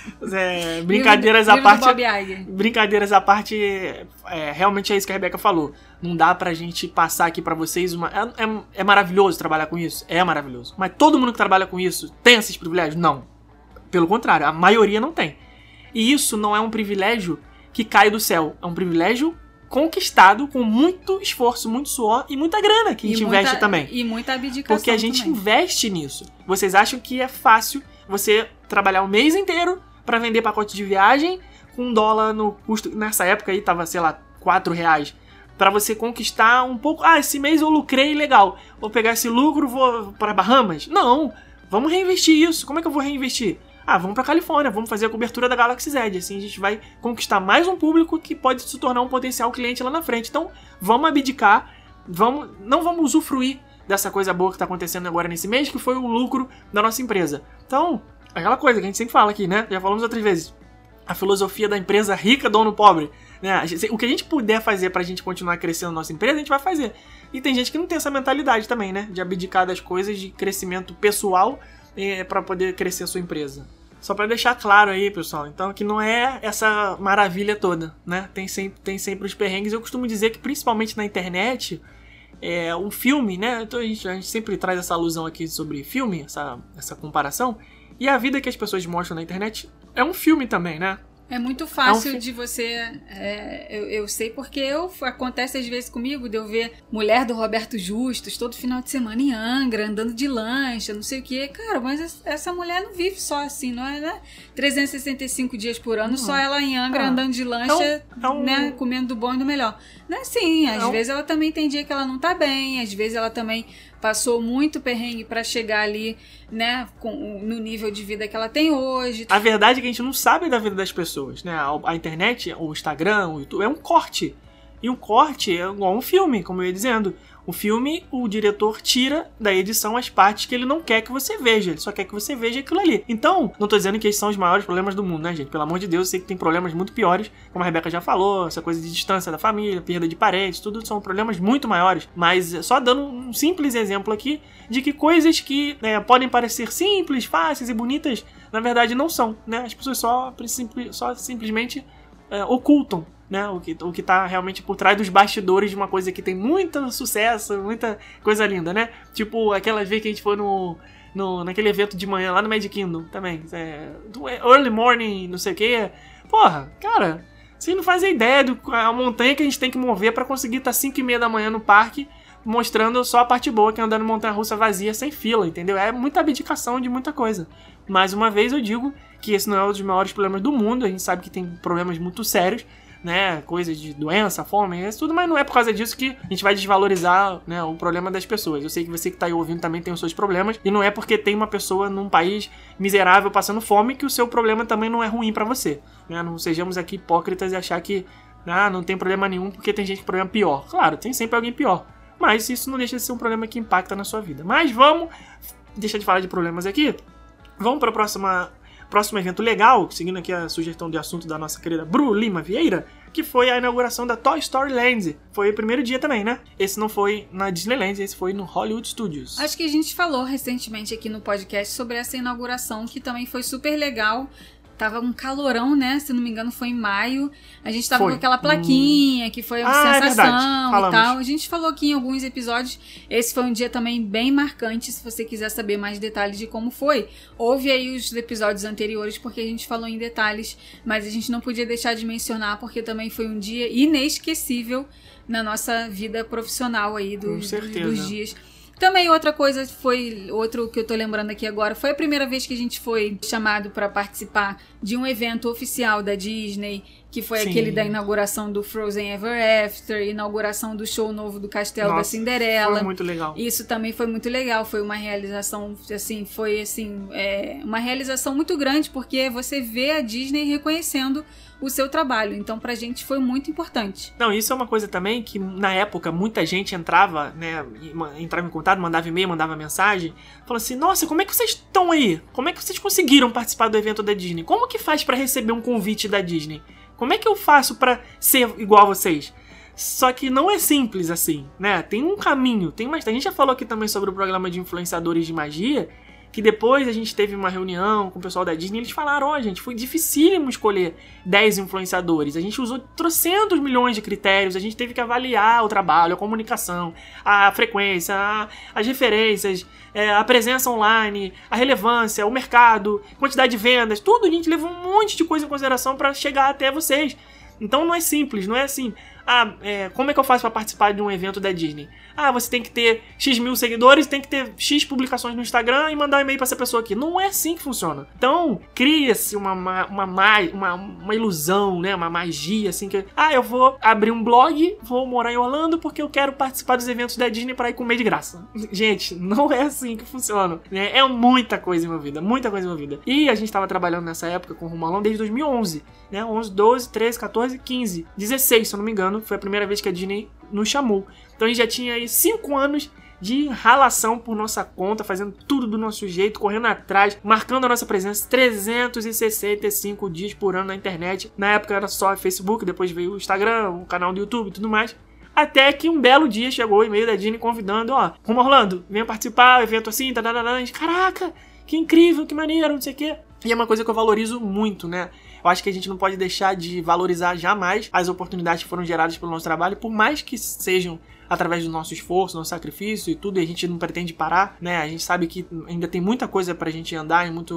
é, brincadeiras livro, à parte. livro brincadeiras à parte, é, realmente é isso que a Rebeca falou. Não dá pra gente passar aqui pra vocês uma. É, é, é maravilhoso trabalhar com isso? É maravilhoso. Mas todo mundo que trabalha com isso tem esses privilégios? Não. Pelo contrário, a maioria não tem. E isso não é um privilégio que cai do céu. É um privilégio conquistado com muito esforço, muito suor e muita grana que a gente muita, investe também. E muita abdicação Porque a gente também. investe nisso. Vocês acham que é fácil você trabalhar o mês inteiro pra vender pacote de viagem com um dólar no custo... Nessa época aí tava, sei lá, quatro reais. Pra você conquistar um pouco... Ah, esse mês eu lucrei, legal. Vou pegar esse lucro, vou pra Bahamas? Não. Vamos reinvestir isso. Como é que eu vou reinvestir? Ah, vamos pra Califórnia, vamos fazer a cobertura da Galaxy's Edge. Assim a gente vai conquistar mais um público que pode se tornar um potencial cliente lá na frente. Então, vamos abdicar, vamos, não vamos usufruir dessa coisa boa que tá acontecendo agora nesse mês, que foi o lucro da nossa empresa. Então, aquela coisa que a gente sempre fala aqui, né? Já falamos outras vezes. A filosofia da empresa rica, dono pobre. Né? O que a gente puder fazer pra gente continuar crescendo na nossa empresa, a gente vai fazer. E tem gente que não tem essa mentalidade também, né? De abdicar das coisas, de crescimento pessoal, é, para poder crescer a sua empresa. Só para deixar claro aí, pessoal, então, que não é essa maravilha toda, né? Tem sempre, tem sempre os perrengues. Eu costumo dizer que, principalmente na internet, é, um filme, né? Então a gente, a gente sempre traz essa alusão aqui sobre filme, essa, essa comparação. E a vida que as pessoas mostram na internet é um filme também, né? É muito fácil é um... de você... É, eu, eu sei porque eu, acontece às vezes comigo de eu ver mulher do Roberto Justus todo final de semana em Angra, andando de lancha, não sei o quê. Cara, mas essa mulher não vive só assim, não é, né? trezentos e sessenta e cinco dias por ano, não. Só ela em Angra, ah. andando de lancha, é um... né? Comendo do bom e do melhor. Não é assim, às é um... vezes ela também tem dia que ela não tá bem, às vezes ela também passou muito perrengue pra chegar ali, né, com, no nível de vida que ela tem hoje. A verdade é que a gente não sabe da vida das pessoas, né? A, a internet, o Instagram, o YouTube, é um corte. E um corte é igual um filme, como eu ia dizendo. O filme, o diretor tira da edição as partes que ele não quer que você veja. Ele só quer que você veja aquilo ali. Então, não tô dizendo que esses são os maiores problemas do mundo, né, gente? Pelo amor de Deus, eu sei que tem problemas muito piores, como a Rebeca já falou, essa coisa de distância da família, perda de parentes, tudo são problemas muito maiores. Mas só dando um simples exemplo aqui de que coisas que né, podem parecer simples, fáceis e bonitas, na verdade não são, né? As pessoas só, só simplesmente é, ocultam, né, o que, o que tá realmente por trás dos bastidores de uma coisa que tem muito sucesso, muita coisa linda, né? Tipo, aquela vez que a gente foi no, no, naquele evento de manhã lá no Magic Kingdom também, é, do Early Morning, não sei o que. Porra, cara, vocês não fazem ideia da montanha que a gente tem que mover pra conseguir estar cinco e meia da manhã no parque, mostrando só a parte boa, que é andando em montanha-russa vazia, sem fila, entendeu? É muita abdicação de muita coisa. Mais uma vez eu digo que esse não é um dos maiores problemas do mundo, a gente sabe que tem problemas muito sérios, né, coisas de doença, fome, isso tudo, mas não é por causa disso que a gente vai desvalorizar, né, o problema das pessoas. Eu sei que você que tá aí ouvindo também tem os seus problemas, e não é porque tem uma pessoa num país miserável passando fome que o seu problema também não é ruim pra você, né? Não sejamos aqui hipócritas e achar que ah, não tem problema nenhum porque tem gente com problema pior. Claro, tem sempre alguém pior, mas isso não deixa de ser um problema que impacta na sua vida. Mas vamos deixar de falar de problemas aqui, vamos para a próxima Próximo evento legal, seguindo aqui a sugestão de assunto da nossa querida Bru Lima Vieira, que foi a inauguração da Toy Story Land. Foi o primeiro dia também, né? Esse não foi na Disneyland, esse foi no Hollywood Studios. Acho que a gente falou recentemente aqui no podcast sobre essa inauguração, que também foi super legal. Tava um calorão, né? Se não me engano, foi em maio. A gente tava foi. com aquela plaquinha, que foi uma ah, sensação é e tal. A gente falou aqui em alguns episódios. Esse foi um dia também bem marcante, se você quiser saber mais detalhes de como foi. Ouve aí os episódios anteriores, porque a gente falou em detalhes, mas a gente não podia deixar de mencionar, porque também foi um dia inesquecível na nossa vida profissional aí do, com certeza. dos dias. Também outra coisa foi, outro que eu tô lembrando aqui agora, foi a primeira vez que a gente foi chamado para participar de um evento oficial da Disney, que foi Sim. aquele da inauguração do Frozen Ever After, inauguração do show novo do Castelo Nossa, da Cinderela. Foi muito legal. Isso também foi muito legal, foi uma realização, assim, foi assim, é, uma realização muito grande, porque você vê a Disney reconhecendo o seu trabalho, então pra gente foi muito importante. Não, isso é uma coisa também que na época muita gente entrava, né, entrava em contato, mandava e-mail, mandava mensagem, falando assim, nossa, como é que vocês estão aí? Como é que vocês conseguiram participar do evento da Disney? Como que faz pra receber um convite da Disney? Como é que eu faço pra ser igual a vocês? Só que não é simples assim, né? Tem um caminho, tem mais. A gente já falou aqui também sobre o programa de influenciadores de magia, que depois a gente teve uma reunião com o pessoal da Disney e eles falaram, ó, oh, gente, foi dificílimo escolher dez influenciadores. A gente usou trocentos milhões de critérios, a gente teve que avaliar o trabalho, a comunicação, a frequência, a, as referências, é, a presença online, a relevância, o mercado, quantidade de vendas, tudo a gente levou um monte de coisa em consideração para chegar até vocês. Então não é simples, não é assim, ah, é, como é que eu faço para participar de um evento da Disney? Ah, você tem que ter X mil seguidores, tem que ter X publicações no Instagram e mandar um e-mail para essa pessoa aqui. Não é assim que funciona. Então, cria-se uma, uma, uma, uma, uma ilusão, né? Uma magia, assim, que... Ah, eu vou abrir um blog, vou morar em Orlando porque eu quero participar dos eventos da Disney para ir comer de graça. Gente, não é assim que funciona. Né? É muita coisa envolvida, muita coisa envolvida. E a gente estava trabalhando nessa época com o Home Alone desde dois mil e onze. Né? onze, doze, treze, quatorze, quinze, dezesseis, se eu não me engano. Foi a primeira vez que a Disney nos chamou. Então a gente já tinha aí cinco anos de ralação por nossa conta, fazendo tudo do nosso jeito, correndo atrás, marcando a nossa presença trezentos e sessenta e cinco dias por ano na internet. Na época era só Facebook, depois veio o Instagram, o canal do YouTube e tudo mais. Até que um belo dia chegou o e-mail da Disney convidando, ó, Rumo Orlando, venha participar, evento assim, tá, tá, tá, tá. Caraca, que incrível, que maneiro, não sei o quê. E é uma coisa que eu valorizo muito, né? Eu acho que a gente não pode deixar de valorizar jamais as oportunidades que foram geradas pelo nosso trabalho, por mais que sejam através do nosso esforço, nosso sacrifício e tudo, e a gente não pretende parar, né? A gente sabe que ainda tem muita coisa pra gente andar e muito,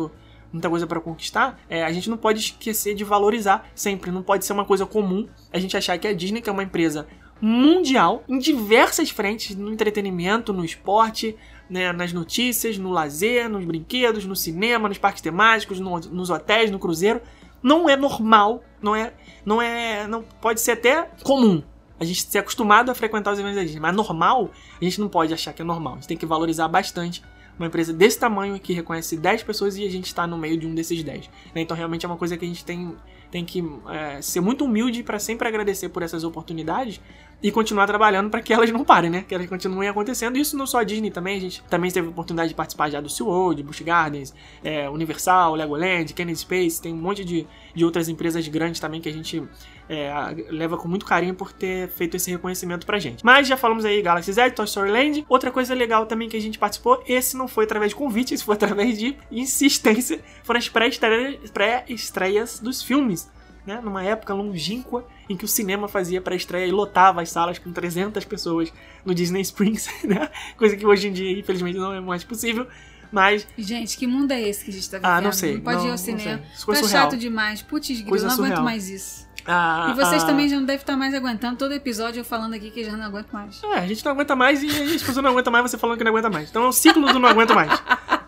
muita coisa para conquistar, é, a gente não pode esquecer de valorizar sempre. Não pode ser uma coisa comum a gente achar que a Disney, que é uma empresa mundial, em diversas frentes, no entretenimento, no esporte, né, nas notícias, no lazer, nos brinquedos, no cinema, nos parques temáticos, no, nos hotéis, no cruzeiro, não é normal, não é, não é, não pode ser até comum a gente ser acostumado a frequentar os eventos da Disney, mas normal, a gente não pode achar que é normal, a gente tem que valorizar bastante uma empresa desse tamanho que reconhece dez pessoas e a gente está no meio de um desses dez. Né? Então realmente é uma coisa que a gente tem, tem que é, ser muito humilde para sempre agradecer por essas oportunidades e continuar trabalhando para que elas não parem, né? Que elas continuem acontecendo. Isso não só a Disney também, a gente também teve a oportunidade de participar já do SeaWorld, Busch Gardens, é, Universal, Legoland, Kennedy Space, tem um monte de, de outras empresas grandes também que a gente é, leva com muito carinho por ter feito esse reconhecimento pra gente. Mas já falamos aí Galaxy's Edge, Toy Story Land. Outra coisa legal também que a gente participou, esse não foi através de convite, esse foi através de insistência, foram as pré-estreias, pré-estreias dos filmes. Né, numa época longínqua em que o cinema fazia pré-estreia e lotava as salas com trezentas pessoas no Disney Springs, né? Coisa que hoje em dia, infelizmente, não é mais possível. Mas... Gente, que mundo é esse que a gente tá vivendo? Ah, não sei. Não pode não, ir ao cinema. Tá chato demais. Putz, grilo, não surreal. aguento mais isso. Ah, e vocês ah, também já não devem estar mais aguentando. Todo episódio eu falando aqui que já não aguento mais. É, a gente não aguenta mais e as pessoas não aguentam mais, você falando que não aguenta mais. Então é o ciclo do não aguento mais.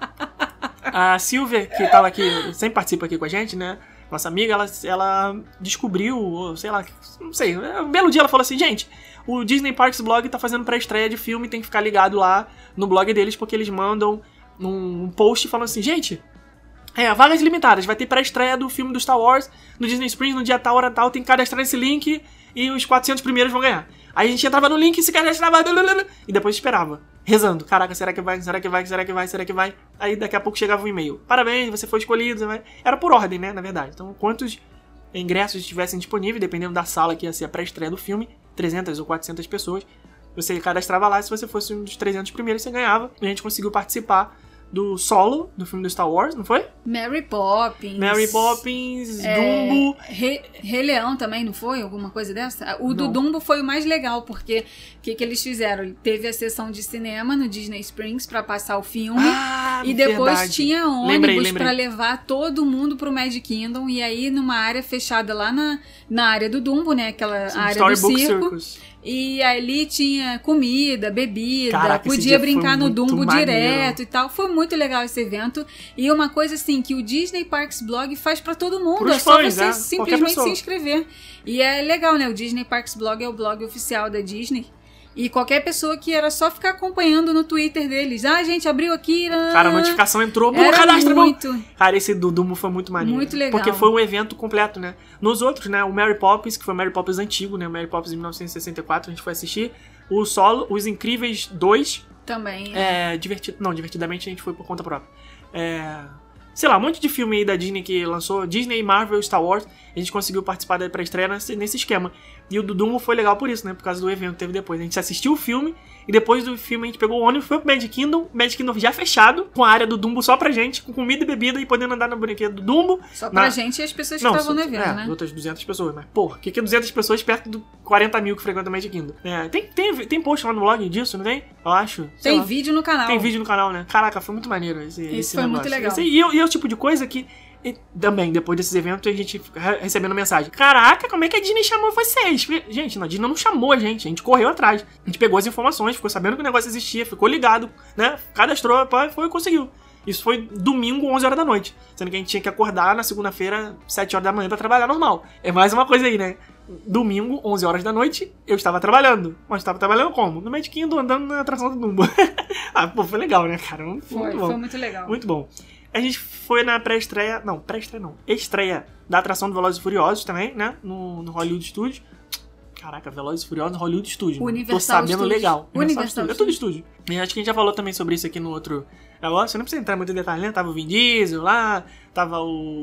A Silvia, que tava aqui, sempre participa aqui com a gente, né? Nossa amiga, ela, ela descobriu, sei lá, não sei, um belo dia ela falou assim, gente, o Disney Parks Blog tá fazendo pré-estreia de filme, tem que ficar ligado lá no blog deles, porque eles mandam um post falando assim, gente, é, vagas limitadas, vai ter pré-estreia do filme do Star Wars no Disney Springs, no dia tal, hora tal, tem que cadastrar nesse link e os quatrocentos primeiros vão ganhar. Aí a gente entrava no link, se cadastrava e depois esperava, rezando. Caraca, será que vai, será que vai, será que vai, será que vai? Aí daqui a pouco chegava um e-mail. Parabéns, você foi escolhido. Era por ordem, né, na verdade. Então, quantos ingressos estivessem disponíveis, dependendo da sala que ia ser a pré-estreia do filme, trezentas ou quatrocentas pessoas, você cadastrava lá, se você fosse um dos trezentos primeiros, você ganhava. E a gente conseguiu participar do Solo, do filme do Star Wars, não foi? Mary Poppins. Mary Poppins, é, Dumbo. Rei, Rei Leão também, não foi? Alguma coisa dessa? O do Não. Dumbo foi o mais legal, porque o que, que eles fizeram? Teve a sessão de cinema no Disney Springs pra passar o filme. Ah, e depois verdade. tinha ônibus Lembrei, lembrei. pra levar todo mundo pro Magic Kingdom. E aí, numa área fechada lá na, na área do Dumbo, né? Aquela Sim, área do Storybook circo. Circus. E ali tinha comida, bebida, Caraca, esse podia dia foi brincar no muito Dumbo maneiro. direto e tal. Foi muito legal esse evento. E uma coisa assim que o Disney Parks Blog faz pra todo mundo. Pros é só fãs, você né? simplesmente Qualquer pessoa. se inscrever. E é legal, né? O Disney Parks Blog é o blog oficial da Disney. E qualquer pessoa que era só ficar acompanhando no Twitter deles. Ah, gente, abriu aqui. Cara, a notificação entrou. Pô, Era cadastro, muito. bom. Cara, esse do Dumbo foi muito maneiro. Muito legal. Porque foi um evento completo, né? Nos outros, né? O Mary Poppins, que foi o Mary Poppins antigo, né? O Mary Poppins de mil novecentos e sessenta e quatro, a gente foi assistir. O Solo, Os Incríveis dois. Também. É, divertido. Não, divertidamente a gente foi por conta própria. É... Sei lá, um monte de filme aí da Disney que lançou, Disney, Marvel, Star Wars, a gente conseguiu participar da pré-estreia nesse, nesse esquema. E o do Dumbo foi legal por isso, né? Por causa do evento que teve depois. A gente assistiu o filme e depois do filme a gente pegou o ônibus, foi pro Magic Kingdom, Magic Kingdom já fechado, com a área do Dumbo só pra gente, com comida e bebida e podendo andar no brinquedo do Dumbo. Só pra na... gente e as pessoas que Não, estavam só, no evento, é, né? outras duzentas pessoas, mas porra, o que, que é duzentas pessoas perto do quarenta mil que frequentam o Magic Kingdom? É, tem, tem, tem post lá no blog disso, não tem? Eu acho. Sei Tem lá. vídeo no canal. Tem vídeo no canal, né? Caraca, foi muito maneiro esse, Isso esse foi negócio. muito legal. Esse, e, e é o tipo de coisa que e também, depois desses eventos, a gente re- recebendo mensagem. Caraca, como é que a Disney chamou vocês? Gente, não, a Disney não chamou a gente, a gente correu atrás. A gente pegou as informações, ficou sabendo que o negócio existia, ficou ligado, né? Cadastrou, foi e conseguiu. Isso foi domingo, onze horas da noite. Sendo que a gente tinha que acordar na segunda-feira, sete horas da manhã pra trabalhar normal. É mais uma coisa aí, né? Domingo, onze horas da noite, eu estava trabalhando. Mas estava trabalhando como? No Magic Kingdom, andando na atração do Dumbo. Ah, pô, foi legal, né, cara? Foi, Foi, muito bom. foi muito legal. Muito bom. A gente foi na pré-estreia... Não, pré-estreia não. Estreia da atração do Velozes e Furiosos também, né? No, no Hollywood Studios. Caraca, Velozes e Furiosos no Hollywood Studios. Universal Tô sabendo Studios. legal. Universal Studios. É tudo estúdio. E acho que a gente já falou também sobre isso aqui no outro negócio. Você não precisa entrar muito em detalhe, né? Tava o Vin Diesel lá, tava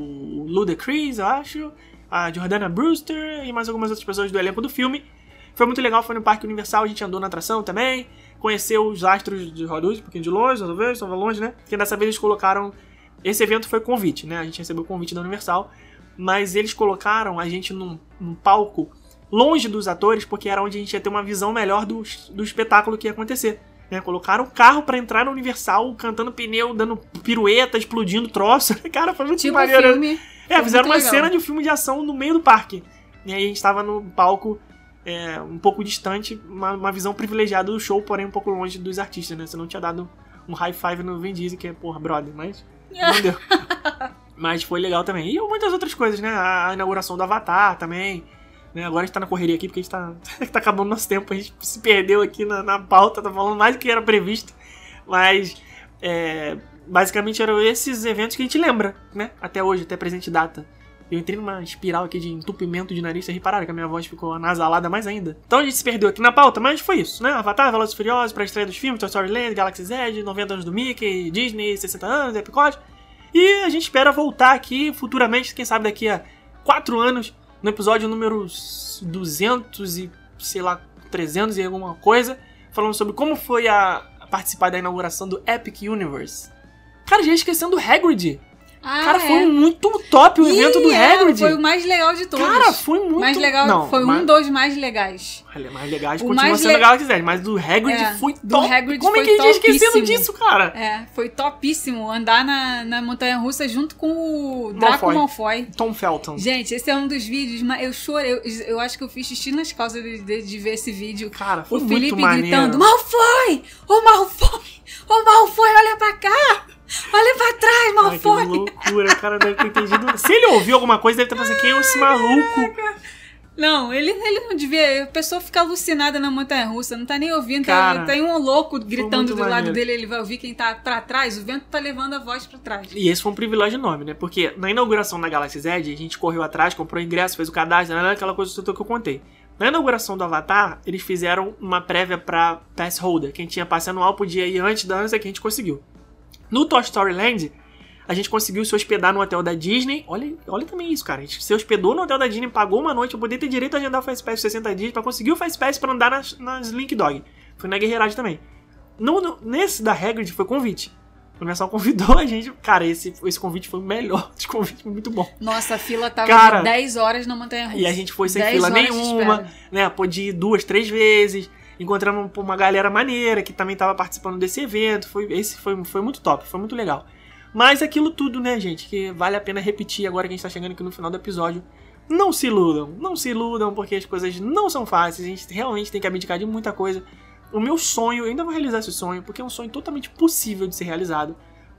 o Ludacris, eu acho, a Jordana Brewster e mais algumas outras pessoas do elenco do filme. Foi muito legal, foi no Parque Universal, a gente andou na atração também, conheceu os astros de Hollywood, um pouquinho de longe, talvez, estava longe, né? Porque dessa vez eles colocaram... Esse evento foi convite, né? A gente recebeu o convite da Universal, mas eles colocaram a gente num, num palco longe dos atores, porque era onde a gente ia ter uma visão melhor do, do espetáculo que ia acontecer. né? Colocaram o carro pra entrar na Universal, cantando pneu, dando pirueta, explodindo troço. Cara, foi muito Tipo maneiro. filme. É, fizeram uma legal. cena de um filme de ação no meio do parque. E aí a gente tava no palco é, um pouco distante, uma, uma visão privilegiada do show, porém um pouco longe dos artistas, né? Você não tinha dado um high five no Vin Diesel, que é, porra, brother, mas não deu. Mas foi legal também. E muitas outras coisas, né? A, a inauguração do Avatar também. Né? Agora a gente tá na correria aqui, porque a gente tá, tá acabando nosso tempo. A gente se perdeu aqui na, na pauta, tá falando mais do que era previsto. Mas, é, basicamente eram esses eventos que a gente lembra, né? Até hoje, até presente data. Eu entrei numa espiral aqui de entupimento de nariz. Vocês repararam que a minha voz ficou anasalada mais ainda. Então a gente se perdeu aqui na pauta, mas foi isso, né? Avatar, Velozes e Furiosos, pra estreia dos filmes, Toy Story Land, Galaxy's Edge, noventa anos do Mickey, Disney, sessenta anos, Epcot. E a gente espera voltar aqui futuramente, quem sabe daqui a quatro anos, no episódio número duzentos e, sei lá, trezentos e alguma coisa, falando sobre como foi a, a participar da inauguração do Epic Universe. Cara, já esquecendo do Hagrid. Ah, Cara, é. foi muito top o Ih, evento do é, Hagrid. Foi o mais legal de todos. Cara, foi muito... mais legal, Não, foi mas... um dos mais legais. mais legais, O continua mais sendo le... Galaxy Z, mas do Hagrid É, foi do top. Hagrid Como foi é que a gente ia esquecendo topíssimo. disso, cara? É, foi topíssimo andar na, na montanha-russa junto com o Draco Malfoy. Malfoy. Tom Felton. Gente, esse é um dos vídeos, mas eu chorei, eu, eu acho que eu fiz xixi nas calças de, de, de ver esse vídeo. Cara, foi o muito Felipe maneiro. gritando, Malfoy! Ô Malfoy! Ô Malfoy, olha pra cá! Olha pra trás, Ai, Malfoy! que loucura, o cara deve ter entendido. Se ele ouviu alguma coisa, deve ter pensado, quem é esse maluco? Não, ele, ele não devia. A pessoa fica alucinada na montanha-russa, não tá nem ouvindo. Cara, tem, tem um louco gritando muito do lado maneiro. dele, ele vai ouvir quem tá pra trás. O vento tá levando a voz pra trás. E esse foi um privilégio enorme, né? Porque na inauguração da Galaxy Z, a gente correu atrás, comprou ingresso, fez o cadastro, aquela coisa toda que eu contei. Na inauguração do Avatar, eles fizeram uma prévia pra pass holder. Quem tinha passe anual podia ir antes da antes, que a gente conseguiu. No Toy Story Land, a gente conseguiu se hospedar no hotel da Disney. Olha, olha também isso, cara. A gente se hospedou no hotel da Disney, pagou uma noite pra poder ter direito a agendar o Fast Pass de sessenta dias, pra conseguir o Fast Pass pra andar nas, nas Link Dog. Foi na Guerreiragem também. No, no, nesse da Hagrid foi convite. O Universal convidou a gente. Cara, esse, esse convite foi o melhor. Esse convite foi muito bom. Nossa, a fila tava Cara, de dez horas na montanha-russa. E a gente foi sem dez fila horas de nenhuma, espera. né? Pôde ir duas, três vezes. Encontramos uma galera maneira que também tava participando desse evento. Foi, esse foi, foi muito top, foi muito legal. Mas aquilo tudo, né, gente, que vale a pena repetir agora que a gente tá chegando aqui no final do episódio. Não se iludam, não se iludam, porque as coisas não são fáceis. A gente realmente tem que abdicar de muita coisa. O meu sonho, eu ainda vou realizar esse sonho, porque é um sonho totalmente possível de ser realizado.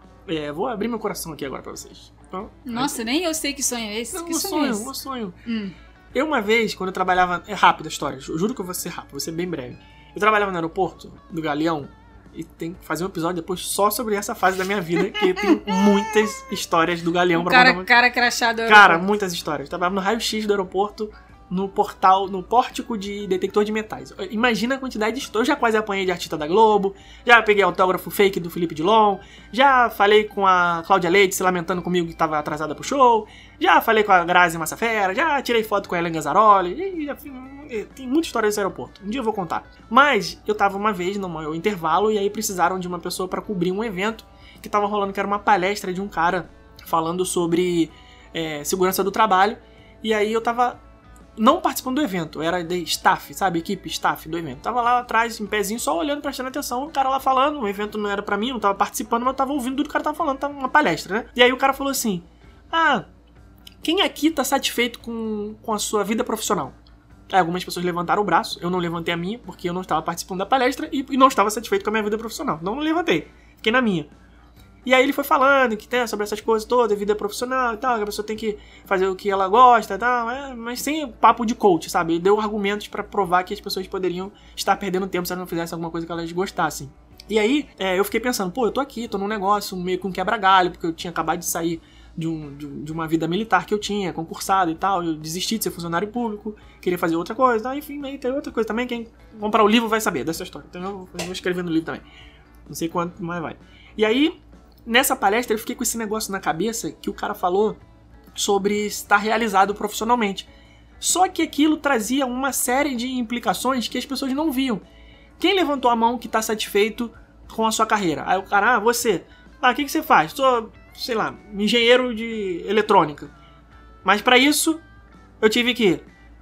É, vou abrir meu coração aqui agora pra vocês. Então, Nossa, nem eu sei que sonho é esse. não, que meu sonho, sonho, é esse? meu sonho. Hum. Eu uma vez, quando eu trabalhava... É rápido a história, eu juro que eu vou ser rápido, vou ser bem breve. Eu trabalhava no aeroporto do Galeão, e tem que fazer um episódio depois só sobre essa fase da minha vida, que tem muitas histórias do Galeão O pra cara, contar. cara crachado. Cara, muitas histórias. Eu trabalhava no raio-x do aeroporto, no portal, no pórtico de detector de metais. Imagina a quantidade de histórias. Eu já quase apanhei de artista da Globo, já peguei autógrafo fake do Felipe Dilon, já falei com a Cláudia Leite se lamentando comigo que estava atrasada pro show, já falei com a Grazi Massafera, já tirei foto com a Helen Gazzaroli, e já, tem muita história desse aeroporto. Um dia eu vou contar. Mas eu tava uma vez no meu intervalo e aí precisaram de uma pessoa para cobrir um evento que tava rolando, que era uma palestra de um cara falando sobre é, segurança do trabalho. E aí eu tava não participando do evento, era de staff, sabe? Equipe, staff do evento. Tava lá atrás, em pezinho, só olhando, prestando atenção, o cara lá falando, o evento não era pra mim, não tava participando, mas eu tava ouvindo tudo que o cara tava falando, tava uma palestra, né? E aí o cara falou assim, ah, quem aqui tá satisfeito com, com a sua vida profissional? Aí algumas pessoas levantaram o braço, eu não levantei a minha, porque eu não estava participando da palestra e, e não estava satisfeito com a minha vida profissional. Não, não levantei, fiquei na minha. E aí ele foi falando que tem sobre essas coisas todas, vida profissional e tal, que a pessoa tem que fazer o que ela gosta e tal, é, mas sem papo de coach, sabe? Ele deu argumentos pra provar que as pessoas poderiam estar perdendo tempo se elas não fizessem alguma coisa que elas gostassem. E aí é, eu fiquei pensando, pô, eu tô aqui, tô num negócio meio com quebra-galho, porque eu tinha acabado de sair de, um, de, de uma vida militar que eu tinha, concursado e tal, eu desisti de ser funcionário público, queria fazer outra coisa, tá? Enfim, aí tem outra coisa também, quem comprar o livro vai saber dessa história, então eu vou escrever no livro também, não sei quanto mais vai. E aí, nessa palestra eu fiquei com esse negócio na cabeça que o cara falou sobre estar realizado profissionalmente. Só que aquilo trazia uma série de implicações que as pessoas não viam. Quem levantou a mão que está satisfeito com a sua carreira? Aí o cara, ah, você. Ah, o que, que você faz? Sou, sei lá, engenheiro de eletrônica. Mas para isso, eu tive que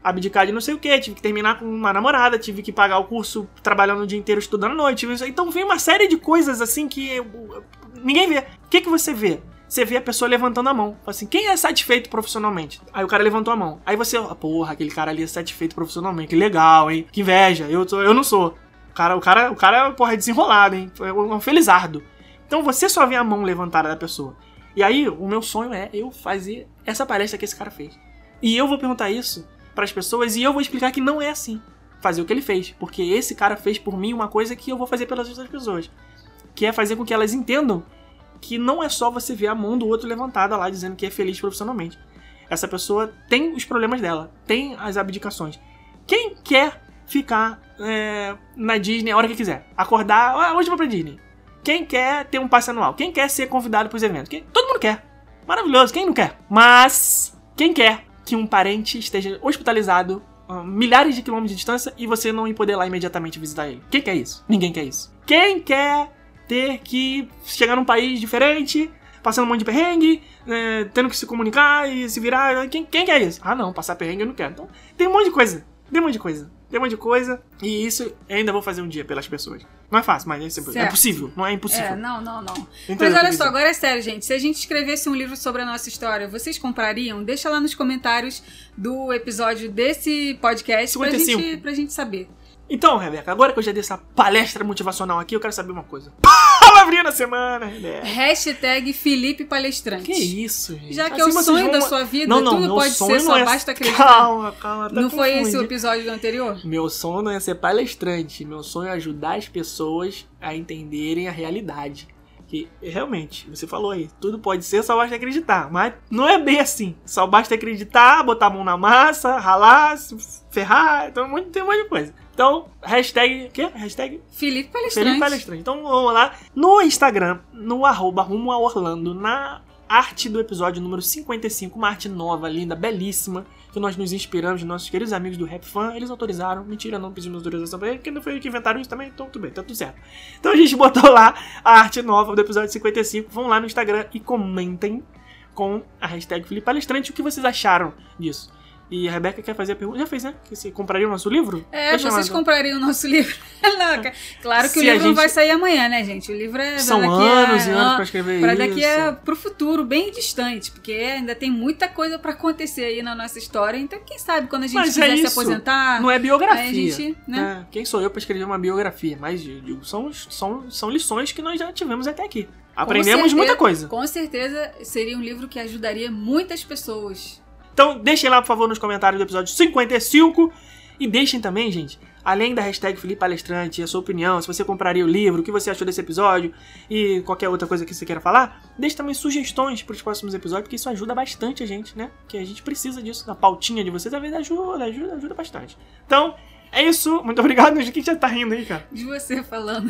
abdicar de não sei o que, tive que terminar com uma namorada, tive que pagar o curso trabalhando o dia inteiro estudando à noite. Então vem uma série de coisas assim que ninguém vê. O que, que você vê? Você vê a pessoa levantando a mão. Fala assim, quem é satisfeito profissionalmente? Aí o cara levantou a mão. Aí você, porra, aquele cara ali é satisfeito profissionalmente. Que legal, hein? Que inveja. Eu, tô, eu não sou. O cara, o cara, o cara porra, é desenrolado, hein? É um felizardo. Então você só vê a mão levantada da pessoa. E aí, o meu sonho é eu fazer essa palestra que esse cara fez. E eu vou perguntar isso pras pessoas e eu vou explicar que não é assim. Fazer o que ele fez. Porque esse cara fez por mim uma coisa que eu vou fazer pelas outras pessoas. Que é fazer com que elas entendam que não é só você ver a mão do outro levantada lá dizendo que é feliz profissionalmente. Essa pessoa tem os problemas dela, tem as abdicações. Quem quer ficar é, na Disney a hora que quiser? Acordar, ah, hoje eu vou pra Disney. Quem quer ter um passe anual? Quem quer ser convidado pros eventos? Quem? Todo mundo quer. Maravilhoso, quem não quer? Mas quem quer que um parente esteja hospitalizado a milhares de quilômetros de distância e você não ir poder ir lá imediatamente visitar ele? Quem quer isso? Ninguém quer isso. Quem quer ter que chegar num país diferente, passando um monte de perrengue, é, tendo que se comunicar e se virar? Quem, quem quer isso? Ah não, passar perrengue eu não quero. Então tem um monte de coisa, tem um monte de coisa, tem um monte de coisa e isso eu ainda vou fazer um dia pelas pessoas. Não é fácil, mas é, é possível, não é impossível. É, não, não, não. Entendeu? Mas olha só, agora é sério, gente. Se a gente escrevesse um livro sobre a nossa história, vocês comprariam? Deixa lá nos comentários do episódio desse podcast cinquenta e cinco. Pra gente, pra gente saber. Então, Rebeca, agora que eu já dei essa palestra motivacional aqui, eu quero saber uma coisa. Palavrinha da semana, Rebeca. Hashtag Felipe Palestrante. Que isso, gente? Já que assim é o sonho vão... da sua vida, não, não, tudo pode ser, só é... basta acreditar. Calma, calma. Tá não foi confundindo. esse o episódio do anterior? Meu sonho não é ser palestrante. Meu sonho é ajudar as pessoas a entenderem a realidade. Que, realmente, você falou aí, tudo pode ser, só basta acreditar. Mas não é bem assim. Só basta acreditar, botar a mão na massa, ralar, se ferrar, então tem um monte de coisa. Então, hashtag, o quê? Hashtag Felipe Palestrante. Felipe Palestrante. Então vamos lá no Instagram, no arroba rumo a Orlando, na arte do episódio número cinquenta e cinco, uma arte nova, linda, belíssima, que nós nos inspiramos de nossos queridos amigos do Rap Fan. Eles autorizaram, mentira, não pedimos autorização pra eles, porque não foi eles que inventaram isso também, então tudo bem, tá tudo certo. Então a gente botou lá a arte nova do episódio cinquenta e cinco, vão lá no Instagram e comentem com a hashtag Felipe Palestrante o que vocês acharam disso. E a Rebeca quer fazer a pergunta. Já fez, né? Que você compraria o nosso livro? É, Deixa vocês chamado. comprariam o nosso livro. Não, claro que Se o livro gente... não vai sair amanhã, né, gente? O livro é São daqui anos a, e anos pra escrever pra isso. daqui a, pro futuro, bem distante. Porque ainda tem muita coisa pra acontecer aí na nossa história. Então, quem sabe quando a gente Mas quiser é se isso. aposentar... Não é biografia. Aí a gente, né? É, quem sou eu pra escrever uma biografia? Mas digo, são, são, são lições que nós já tivemos até aqui. Aprendemos certeza, muita coisa. Com certeza seria um livro que ajudaria muitas pessoas. Então deixem lá, por favor, nos comentários do episódio cinquenta e cinco. E deixem também, gente, além da hashtag Felipe Palestrante, a sua opinião, se você compraria o livro, o que você achou desse episódio e qualquer outra coisa que você queira falar, deixe também sugestões para os próximos episódios, porque isso ajuda bastante a gente, né? Que a gente precisa disso, na pautinha de vocês, às vezes ajuda, ajuda, ajuda bastante. Então, é isso. Muito obrigado. De quem já tá rindo aí, cara? De você falando.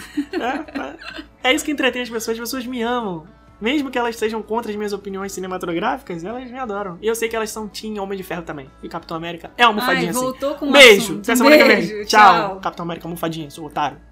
É, é isso que entretém as pessoas. As pessoas me amam. Mesmo que elas sejam contra as minhas opiniões cinematográficas, elas me adoram. E eu sei que elas são Team Homem de Ferro também. E Capitão América é uma almofadinha. Ai, voltou assim. com um Beijo. assunto. Até semana que vem. Beijo, Tchau. tchau. Capitão América, almofadinha, seu otário.